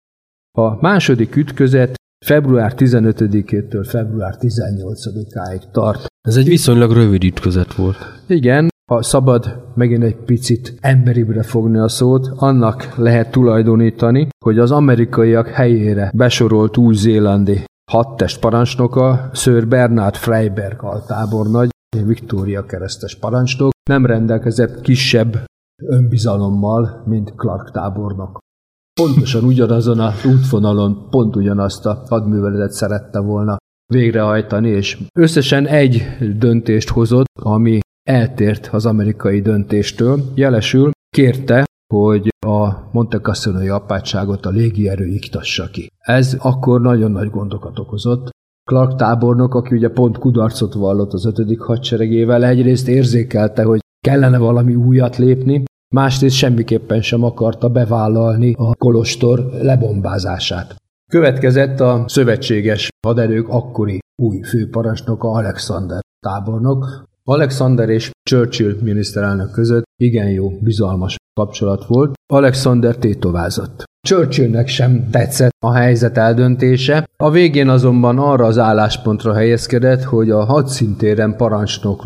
A második ütközet február 15-től február 18-áig tart. Ez egy viszonylag rövid ütközet volt. Igen, ha szabad megint egy picit emberibre fogni a szót, annak lehet tulajdonítani, hogy az amerikaiak helyére besorolt új-zélandi hadtest parancsnoka, Sir Bernard Freyberg altábornagy, Victoria keresztes parancsnok, nem rendelkezett kisebb önbizalommal, mint Clark tábornok. Pontosan ugyanazon a útvonalon pont ugyanazt a hadműveletet szerette volna végrehajtani, és összesen egy döntést hozott, ami eltért az amerikai döntéstől. Jelesül kérte, hogy a Monte Cassinoi apátságot a légierő iktassa ki. Ez akkor nagyon nagy gondokat okozott. Clark tábornok, aki ugye pont kudarcot vallott az 5. hadseregével, egyrészt érzékelte, hogy kellene valami újat lépni, másrészt semmiképpen sem akarta bevállalni a kolostor lebombázását. Következett a szövetséges haderők akkori új főparancsnoka, Alexander tábornok. Alexander és Churchill miniszterelnök között igen jó, bizalmas kapcsolat volt. Alexander tétovázott. Churchillnek sem tetszett a helyzet eldöntése, a végén azonban arra az álláspontra helyezkedett, hogy a hadszintéren parancsnokló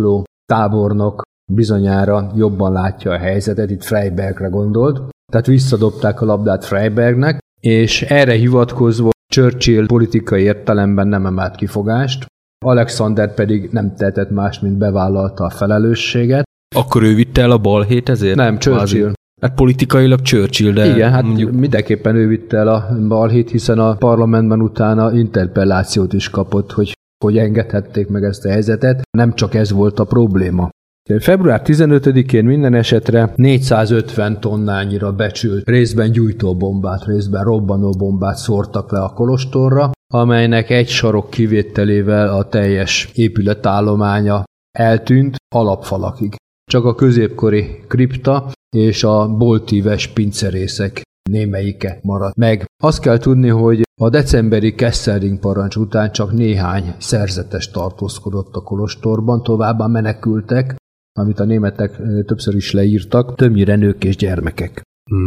tábornok bizonyára jobban látja a helyzetet, itt Freybergre gondolt, tehát visszadobták a labdát Freybergnek, és erre hivatkozva Churchill politikai értelemben nem emelt kifogást, Alexander pedig nem tehetett más, mint bevállalta a felelősséget. Akkor ő vitte el a balhét ezért? Nem, Churchill. Hát politikailag Churchill, de... Igen, hát mindenképpen ő vitte el a balhét, hiszen a parlamentben utána interpellációt is kapott, hogy engedhették meg ezt a helyzetet. Nem csak ez volt a probléma. Február 15-én minden esetre 450 tonnányira becsült részben gyújtóbombát, részben robbanóbombát szórtak le a kolostorra, amelynek egy sarok kivételével a teljes épületállománya eltűnt alapfalakig. Csak a középkori kripta és a boltíves pincerészek némelyike maradt meg. Azt kell tudni, hogy a decemberi Kesselring parancs után csak néhány szerzetes tartózkodott a kolostorban, továbbá menekültek, amit a németek többször is leírtak, többnyire nők és gyermekek.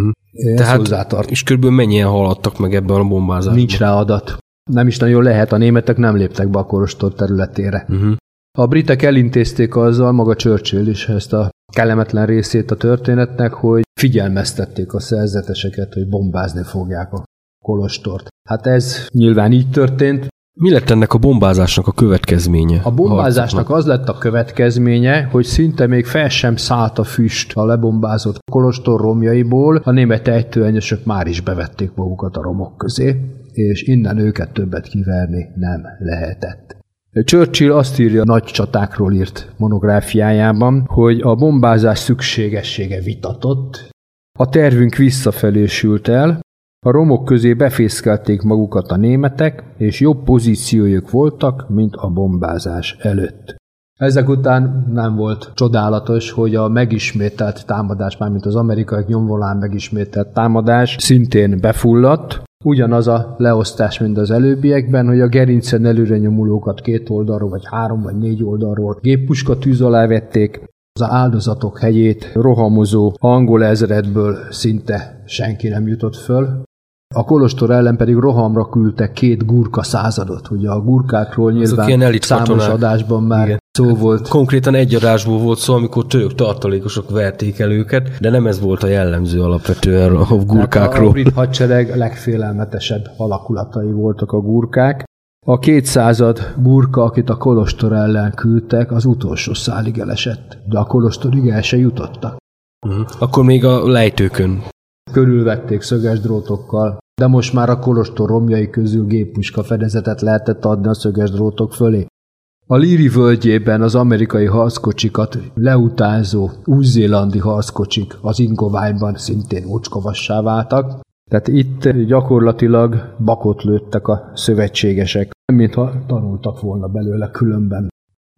Tehát, és körülbelül mennyien haladtak meg ebben a bombázásban? Nincs rá adat. Nem is nagyon lehet, a németek nem léptek be a kolostor területére. A britek elintézték azzal, maga Churchill is ezt a kellemetlen részét a történetnek, hogy figyelmeztették a szerzeteseket, hogy bombázni fogják a kolostort. Hát ez nyilván így történt. Mi lett ennek a bombázásnak a következménye? A bombázásnak az lett a következménye, hogy szinte még fel sem szállt a füst a lebombázott kolostor romjaiból, a német ejtőernyősök már is bevették magukat a romok közé, és innen őket többet kiverni nem lehetett. Churchill azt írja, nagy csatákról írt monográfiájában, hogy a bombázás szükségessége vitatott, a tervünk visszafelé sült el, a romok közé befészkelték magukat a németek, és jobb pozíciójuk voltak, mint a bombázás előtt. Ezek után nem volt csodálatos, hogy a megismételt támadás, mármint az amerikaiak nyomvonalán megismételt támadás szintén befulladt. Ugyanaz a leosztás, mint az előbbiekben, hogy a gerincen előre nyomulókat 2 oldalról, vagy 3 vagy 4 oldalról géppuska tűz alá vették. Az áldozatok hegyét rohamozó angol ezredből szinte senki nem jutott föl. A kolostor ellen pedig rohamra küldtek 2 gurka századot. Ugye a gurkákról nyilván számos adásban már igen. Szó volt. Konkrétan egy adásból volt szó, amikor török tartalékosok verték el őket, de nem ez volt a jellemző alapvetően a gurkákról. A brit hadsereg legfélelmetesebb alakulatai voltak a gurkák. A 200 gurka, akit a kolostor ellen küldtek, az utolsó szálig elesett, de a kolostorig el se jutottak. Akkor még a lejtőkön. Körülvették szöges drótokkal, de most már a kolostor romjai közül géppuska fedezetet lehetett adni a szöges drótok fölé. A Leary völgyében az amerikai harckocsikat leutázó új-zélandi harckocsik az Ingoványban szintén ócskovassá váltak, tehát itt gyakorlatilag bakot lőttek a szövetségesek, mintha tanultak volna belőle különben.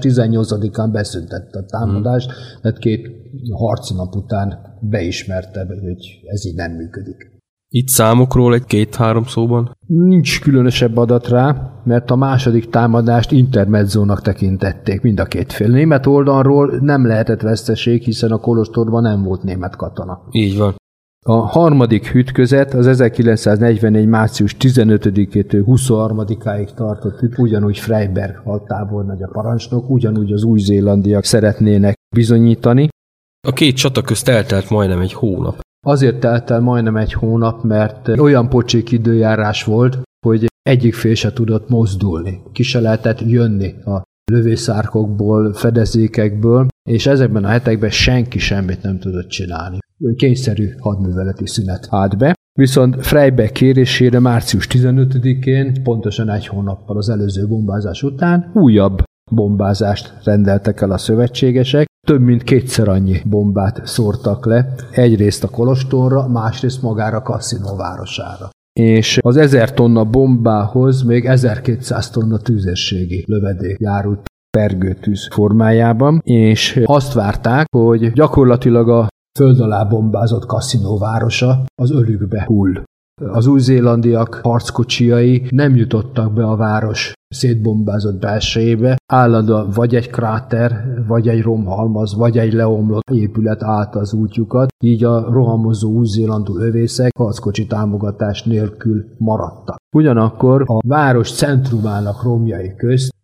18-án beszüntette a támadást, tehát 2 harci nap után beismerte, hogy ez így nem működik. Itt számokról egy 2-3 szóban? Nincs különösebb adat rá, mert a második támadást intermezzónak tekintették mind a 2 fél. Német oldalról nem lehetett veszteség, hiszen a kolostorban nem volt német katona. Így van. A harmadik ütközet az 1944. március 15-től 23-áig tartott, ugyanúgy Freyberg hadtábornagy a parancsnok, ugyanúgy az új-zélandiak szeretnének bizonyítani. A 2 csata közt eltelt majdnem egy hónap. Azért telt el majdnem egy hónap, mert olyan pocsék időjárás volt, hogy egyik fél se tudott mozdulni. Ki se lehetett jönni a lövészárkokból, fedezékekből, és ezekben a hetekben senki semmit nem tudott csinálni. Kényszerű hadműveleti szünet állt be. Viszont Freyberg kérésére március 15-én, pontosan egy hónappal az előző bombázás után újabb bombázást rendeltek el a szövetségesek. Több mint 2-szer annyi bombát szórtak le, egyrészt a kolostorra, másrészt magára Cassino városára. És az 1000 tonna bombához még 1200 tonna tüzérségi lövedék járult pergőtűz formájában, és azt várták, hogy gyakorlatilag a föld alá bombázott Cassino városa az ölükbe hull. Az új-zélandiak harckocsiai nem jutottak be a város szétbombázott belsejébe, állandóan vagy egy kráter, vagy egy romhalmaz, vagy egy leomlott épület állt az útjukat, így a rohamozó új-zélandi lövészek harckocsi támogatás nélkül maradtak. Ugyanakkor a város centrumának romjai közt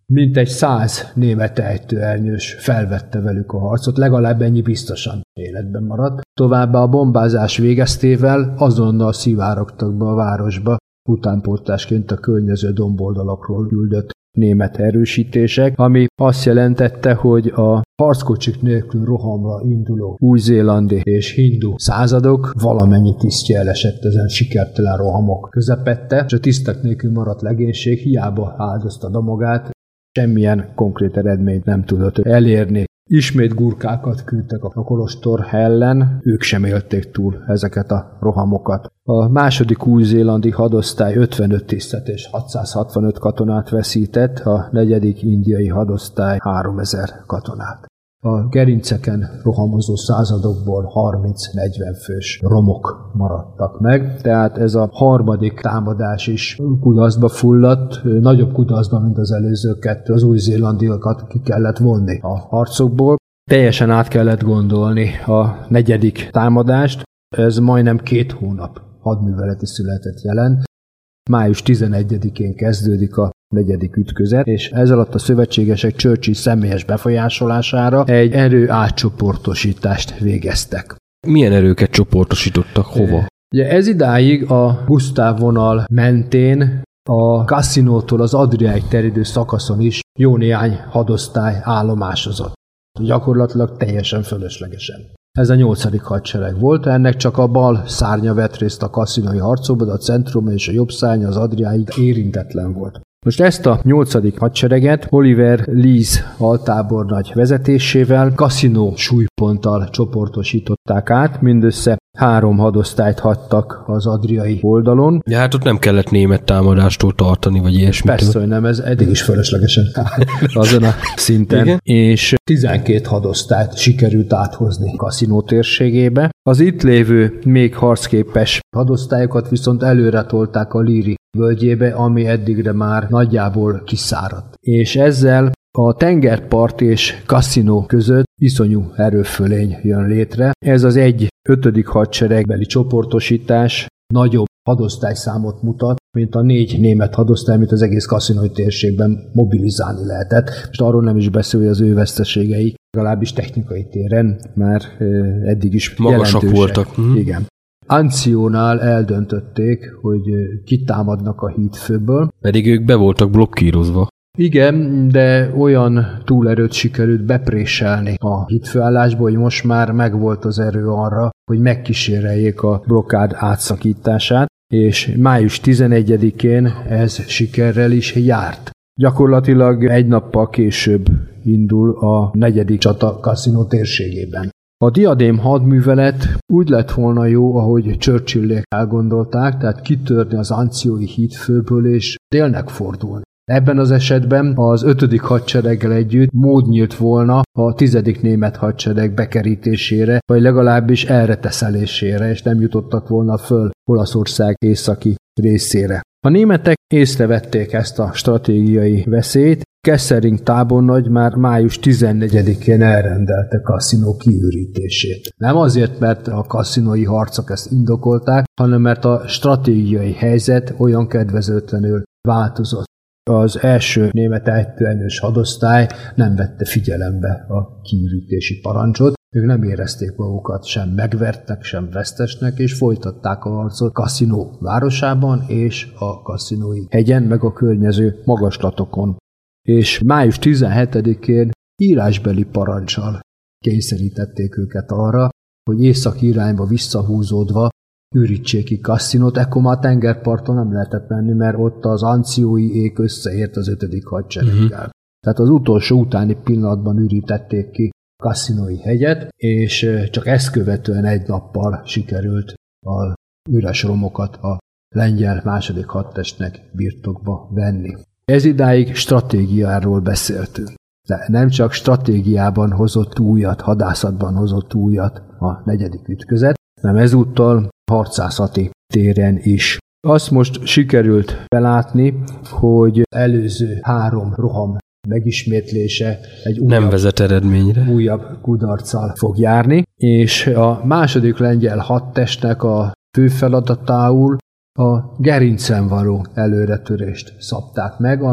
mintegy 100 német ejtőernyős felvette velük a harcot, legalább ennyi biztosan életben maradt. Továbbá a bombázás végeztével azonnal szivárogtak be a városba, utánpótlásként a környező domboldalakról küldött német erősítések, ami azt jelentette, hogy a harckocsik nélkül rohamra induló új-zélandi és hindu századok valamennyi tisztje elesett ezen sikertelen rohamok közepette, és a tisztek nélkül maradt legénység hiába áldozta magát, semmilyen konkrét eredményt nem tudott elérni. Ismét gurkákat küldtek a kolostor ellen, ők sem élték túl ezeket a rohamokat. A második új-zélandi hadosztály 55 tisztet és 665 katonát veszített, a negyedik indiai hadosztály 3000 katonát. A gerinceken rohamozó századokból 30-40 fős romok maradtak meg, tehát ez a harmadik támadás is kudarcba fulladt, nagyobb kudarcba, mint az előző kettő, az új-zélandiakat ki kellett vonni a harcokból. Teljesen át kellett gondolni a negyedik támadást, ez majdnem 2 hónap hadműveleti születet jelent. Május 11-én kezdődik a negyedik ütközet, és ez alatt a szövetségesek Churchill személyes befolyásolására egy erő átcsoportosítást végeztek. Milyen erőket csoportosítottak? Hova? Ugye ez idáig a Gusztáv vonal mentén a Cassinótól az Adriáig terjedő szakaszon is jó néhány hadosztály állomásozott. Gyakorlatilag teljesen fölöslegesen. Ez a 8. hadsereg volt, ennek csak a bal szárnya vett részt a cassinói harcokban, de a centrum és a jobb szárnya az Adriáig érintetlen volt. Most ezt a 8. hadsereget Oliver Lees altábornagy vezetésével Cassinó súlyponttal csoportosították át, mindössze 3 hadosztályt hagytak az adriai oldalon. Ja, hát ott nem kellett német támadástól tartani, vagy ilyesmitől. Persze, hogy nem, ez eddig is fölöslegesen azon a szinten. Igen. És 12 hadosztályt sikerült áthozni Cassinó térségébe. Az itt lévő, még harcképes hadosztályokat viszont előre tolták a Liri völgyébe, ami eddigre már nagyjából kiszáradt. És ezzel a tengerpart és Cassinó között iszonyú erőfölény jön létre. Ez az 1/5. hadseregbeli csoportosítás nagyobb hadosztályszámot mutat, mint a 4 német hadosztály, amit az egész cassinói térségben mobilizálni lehetett. Most arról nem is beszél, hogy az ő veszteségeik legalábbis technikai téren már eddig is magasak voltak. Igen. Anciónál eldöntötték, hogy kitámadnak a hídfőből. Pedig ők be voltak blokkírozva. Igen, de olyan túlerőt sikerült bepréselni a hídfőállásból, hogy most már megvolt az erő arra, hogy megkíséreljék a blokkád átszakítását, és május 11-én ez sikerrel is járt. Gyakorlatilag egy nappal később indul a 4. csata Cassinó térségében. A diadém hadművelet úgy lett volna jó, ahogy Churchillék elgondolták, tehát kitörni az anciói hídfőből és délnek fordulni. Ebben az esetben az 5. hadsereggel együtt mód nyílt volna a 10. német hadsereg bekerítésére, vagy legalábbis elreteszelésére, és nem jutottak volna föl Olaszország északi részére. A németek észrevették ezt a stratégiai veszélyt, Kesselring tábornagy már május 14-én elrendelte Cassinó kiürítését. Nem azért, mert a cassinói harcok ezt indokolták, hanem mert a stratégiai helyzet olyan kedvezőtlenül változott. Az első német ejtőernyős hadosztály nem vette figyelembe a kiürítési parancsot. Ők nem érezték magukat sem megvertnek, sem vesztesnek, és folytatták a harcot Cassinó városában és a cassinói hegyen, meg a környező magaslatokon. És május 17-én írásbeli parancsal kényszerítették őket arra, hogy északi irányba visszahúzódva ürítsék ki Cassinót, ekkor már tengerparton nem lehetett menni, mert ott az anciói ék összeért az 5. hadsereggel. Tehát az utolsó utáni pillanatban ürítették ki Cassinói hegyet, és csak ezt követően egy nappal sikerült a üres romokat a lengyel 2. hadtestnek birtokba venni. Ez idáig stratégiáról beszéltünk. De nem csak stratégiában hozott újat, hadászatban hozott újat a 4. ütközet, hanem ezúttal harcászati téren is. Azt most sikerült belátni, hogy előző 3 roham megismétlése egy nem vezet eredményre. Újabb kudarccal fog járni, és a 2. lengyel hadtestnek a fő feladatául a gerincen való előretörést szabták meg, ami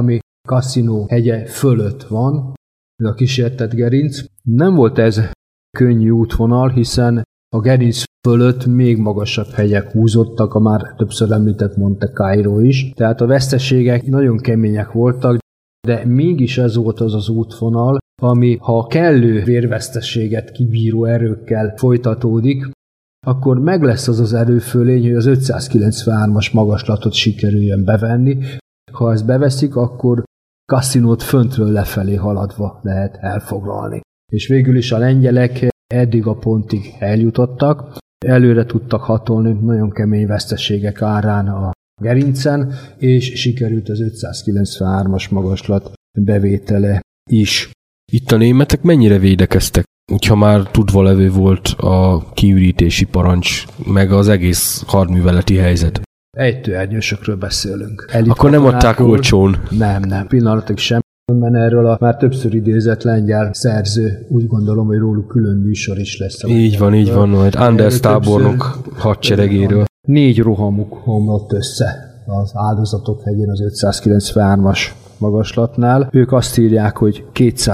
kaszinó hegye fölött van, ez a kísértett gerinc. Nem volt ez könnyű útvonal, hiszen a gerinc fölött még magasabb hegyek húzottak, a már többször említett Monte Cairo is. Tehát a veszteségek nagyon kemények voltak, de mégis ez volt az az útvonal, ami ha kellő vérveszteséget kibíró erőkkel folytatódik, akkor meg lesz az az erőfölény, hogy az 593-as magaslatot sikerüljön bevenni. Ha ezt beveszik, akkor kaszinót föntről lefelé haladva lehet elfoglalni. És végül is a lengyelek eddig a pontig eljutottak, előre tudtak hatolni nagyon kemény veszteségek árán a gerincen, és sikerült az 593-as magaslat bevétele is. Itt a németek mennyire védekeztek? Úgyha már tudva levő volt a kiürítési parancs, meg az egész hadműveleti helyzet. Ejtőernyősökről beszélünk. Akkor nem adták olcsón? Nem. Pillanatig sem. Mert erről a már többször idézett lengyel szerző, úgy gondolom, hogy róluk külön műsor is lesz. Így van, majd Anders tábornok hadseregéről. 4 rohamuk omlott össze az áldozatok hegyén az 593-as magaslatnál. Ők azt írják, hogy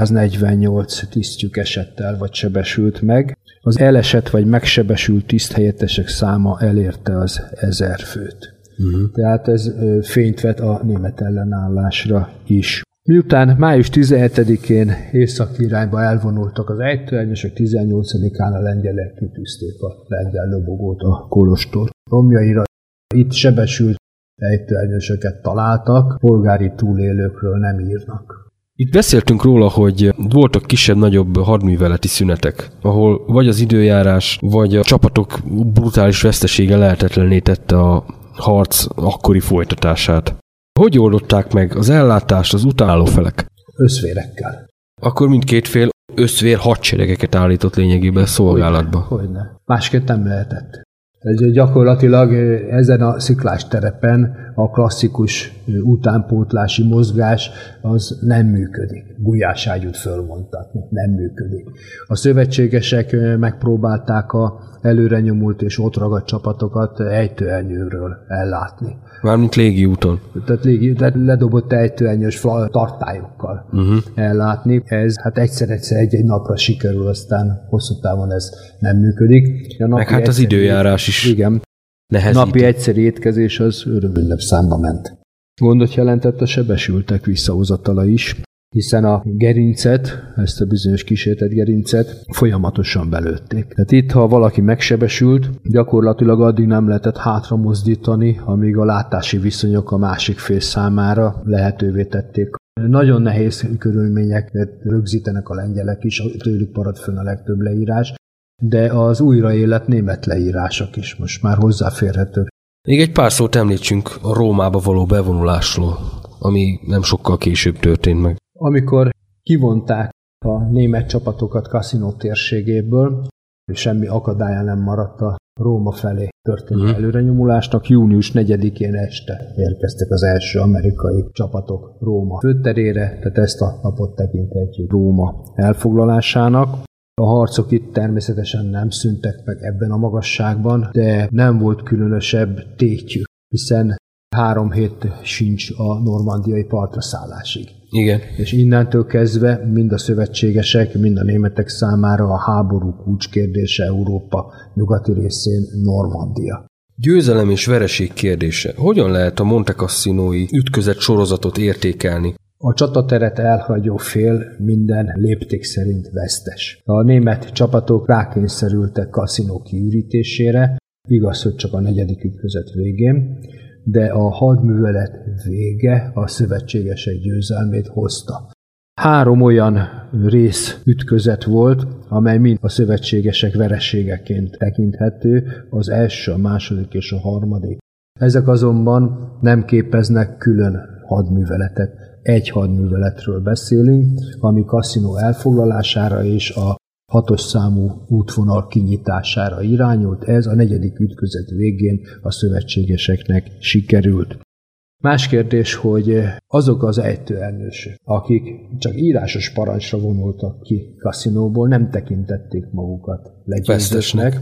248 tisztjük esett el, vagy sebesült meg. Az elesett vagy megsebesült tiszthelyettesek száma elérte az 1000 főt. Tehát ez fényt vet a német ellenállásra is. Miután május 17-én északi irányba elvonultak az ejtőernyősök, 18-án a lengyelek kitűzték a lengyel lobogót a kolostor romjaira. Itt sebesült ejtőernyősöket találtak, polgári túlélőkről nem írnak. Itt beszéltünk róla, hogy voltak kisebb-nagyobb hadműveleti szünetek, ahol vagy az időjárás, vagy a csapatok brutális vesztesége lehetetlenné tette a harc akkori folytatását. Hogy oldották meg az ellátást az utánáló felek? Összvérekkel. Akkor mindkét fél összvér hadseregeket állított lényegében szolgálatba. Hogyne. Másképp nem lehetett. Gyakorlatilag ezen a sziklás terepen a klasszikus utánpótlási mozgás az nem működik. Gulyáságyút fölmondtatni, nem működik. A szövetségesek megpróbálták a előre nyomult és ott ragadt csapatokat ejtőernyőről ellátni. Mármint légiúton. Tehát ledobott ejtőernyős tartályokkal ellátni. Ez hát egyszer egy napra sikerül, aztán hosszú távon ez nem működik. Meg hát az időjárás is. Igen. Nehezíti. Napi egyszeri étkezés az örömünnep számba ment. Gondot jelentett a sebesültek visszahozatala is, hiszen a gerincet, ezt a bizonyos kísértett gerincet folyamatosan belőtték. Tehát itt, ha valaki megsebesült, gyakorlatilag addig nem lehetett hátra mozdítani, amíg a látási viszonyok a másik fél számára lehetővé tették. Nagyon nehéz körülményeket rögzítenek a lengyelek is, tőlük maradt fönn a legtöbb leírás, de az újraélet német leírások is most már hozzáférhetők. Még egy pár szót említsünk a Rómába való bevonulásról, ami nem sokkal később történt meg. Amikor kivonták a német csapatokat Cassino térségéből, és semmi akadálya nem maradt a Róma felé történő előrenyomulásnak, június 4-én este érkeztek az első amerikai csapatok Róma főterére, tehát ezt a napot tekinthetjük Róma elfoglalásának. A harcok itt természetesen nem szűntek meg ebben a magasságban, de nem volt különösebb tétjük, hiszen 3 hét sincs a normandiai partra szállásig. Igen. És innentől kezdve mind a szövetségesek, mind a németek számára a háború kulcskérdése Európa nyugati részén Normandia. Győzelem és vereség kérdése. Hogyan lehet a Monte Cassinói ütközet sorozatot értékelni? A csatateret elhagyó fél minden lépték szerint vesztes. A német csapatok rákényszerültek Cassino kiürítésére, igaz, hogy csak a 4. ütközet végén, de a hadművelet vége a szövetségesek győzelmét hozta. 3 olyan részütközet volt, amely mind a szövetségesek vereségeként tekinthető, az első, a második és a harmadik. Ezek azonban nem képeznek külön hadműveletet. Egy hadműveletről beszélünk, ami Cassino elfoglalására és a 6-os számú útvonal kinyitására irányult, ez a 4. ütközet végén a szövetségeseknek sikerült. Más kérdés, hogy azok az ejtőernyősök, akik csak írásos parancsra vonultak ki Cassinóból, nem tekintették magukat legyőztesnek,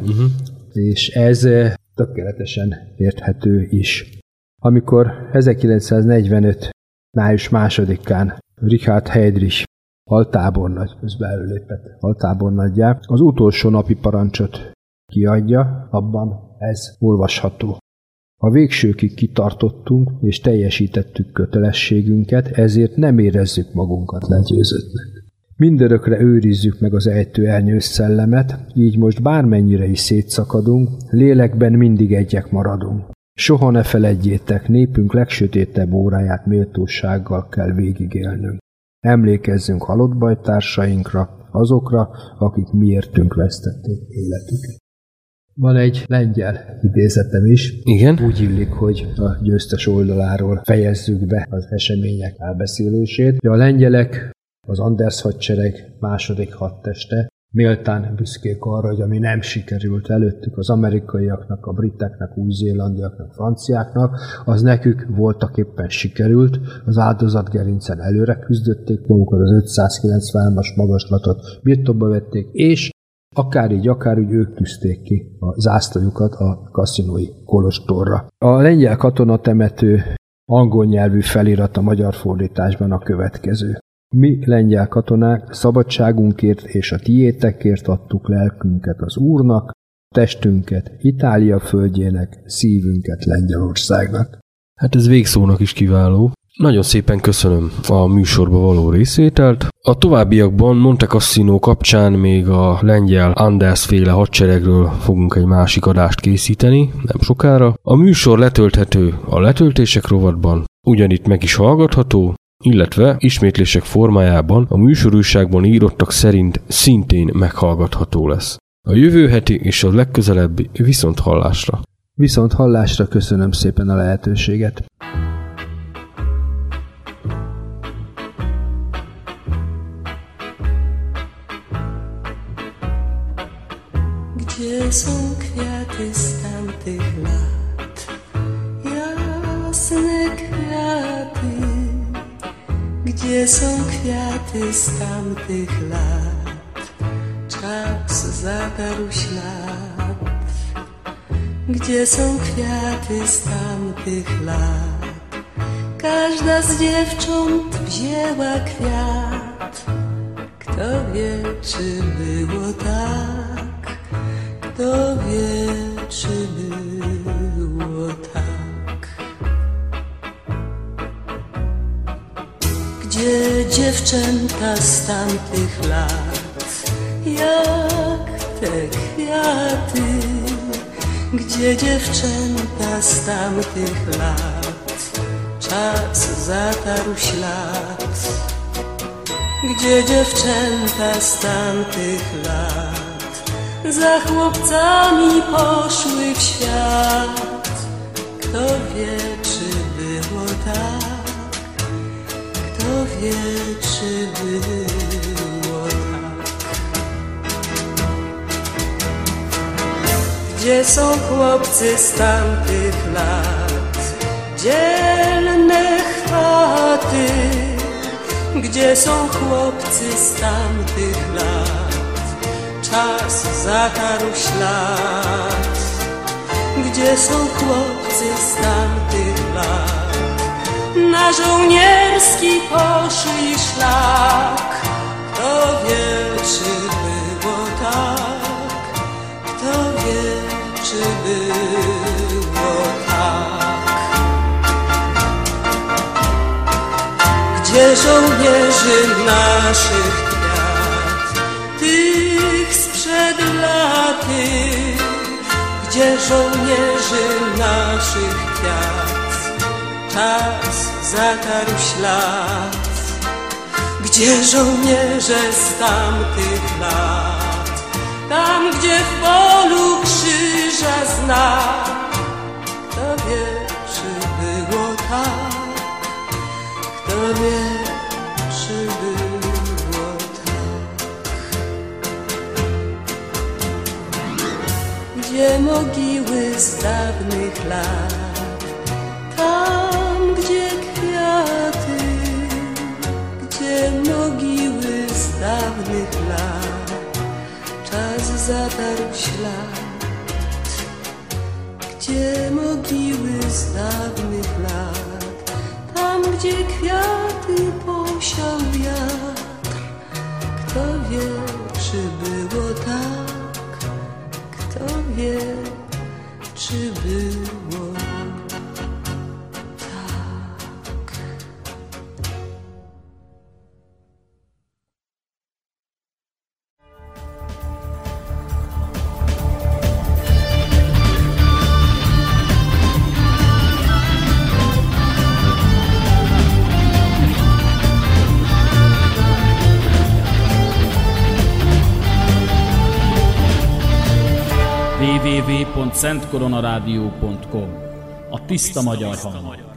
és ez tökéletesen érthető is. Amikor 1945. május 2-án Richard Heydrich altábornagy, közben előlépett altábornaggyá, az utolsó napi parancsot kiadja, abban ez olvasható. A végsőkig kitartottunk és teljesítettük kötelességünket, ezért nem érezzük magunkat legyőzöttnek. Mindörökre őrizzük meg az ejtőernyős szellemet, így most bármennyire is szétszakadunk, lélekben mindig egyek maradunk. Soha ne feledjétek, népünk legsötétebb óráját méltósággal kell végigélnünk. Emlékezzünk halott bajtársainkra, azokra, akik miértünk vesztették életüket. Van egy lengyel idézetem is. Igen? Úgy illik, hogy a győztes oldaláról fejezzük be az események elbeszélését. A lengyelek, az Anders hadsereg második hadteste méltán büszkék arra, hogy ami nem sikerült előttük az amerikaiaknak, a briteknek, új-zélandiaknak, franciáknak, az nekük voltaképpen sikerült. Az áldozatgerincen előre küzdötték magukat, az 593-as magaslatot birtokba vették, és akár így, akár úgy ők tűzték ki a zászlajukat a kaszinói kolostorra. A lengyel katonatemető angol nyelvű felirat a magyar fordításban a következő. Mi, lengyel katonák, szabadságunkért és a tiétekért adtuk lelkünket az Úrnak, testünket Itália földjének, szívünket Lengyelországnak. Hát ez végszónak is kiváló. Nagyon szépen köszönöm a műsorba való részvételt. A továbbiakban Monte Cassino kapcsán még a lengyel Anders féle hadseregről fogunk egy másik adást készíteni, nem sokára. A műsor letölthető a letöltések rovatban, ugyanitt meg is hallgatható, illetve ismétlések formájában a műsorújságban írottak szerint szintén meghallgatható lesz. A jövő heti és a legközelebbi viszonthallásra. Viszonthallásra, köszönöm szépen a lehetőséget. Gdzie są kwiaty z tamtych lat? Jasne kwiaty. Gdzie są kwiaty z tamtych lat? Czas zatarł ślad. Gdzie są kwiaty z tamtych lat? Każda z dziewcząt wzięła kwiat. Kto wie, czy było tak? Kto wie, czy było tak? Gdzie dziewczęta z tamtych lat, jak te kwiaty? Gdzie dziewczęta z tamtych lat, czas zatarł ślad? Gdzie dziewczęta z tamtych lat za chłopcami poszły w świat? Kto wie, czy było tak? Kto wie, czy było tak? Gdzie są chłopcy z tamtych lat, dzielne chwaty? Gdzie są chłopcy z tamtych lat, czas zatarł ślad? Gdzie są chłopcy z tamtych lat, na żołnierski poszli szlak? Kto wie, czy było tak? Kto wie, czy było tak? Gdzie żołnierzy naszych kwiat, tych sprzed laty? Gdzie żołnierzy naszych kwiat, czas zatarł ślad? Gdzie żołnierze z tamtych lat, tam gdzie w polu krzyża znak? Kto wie, czy było tak? Kto wie, czy było tak? Gdzie mogiły z dawnych lat, tam gdzie kwiaty? Gdzie mogiły z dawnych lat, czas zatarł ślad? Gdzie mogiły z dawnych lat, tam gdzie kwiaty posiał wiatr. Kto wie, czy było tak? Kto wie, czy było tak? www.szentkoronarádió.com. A tiszta magyar hang.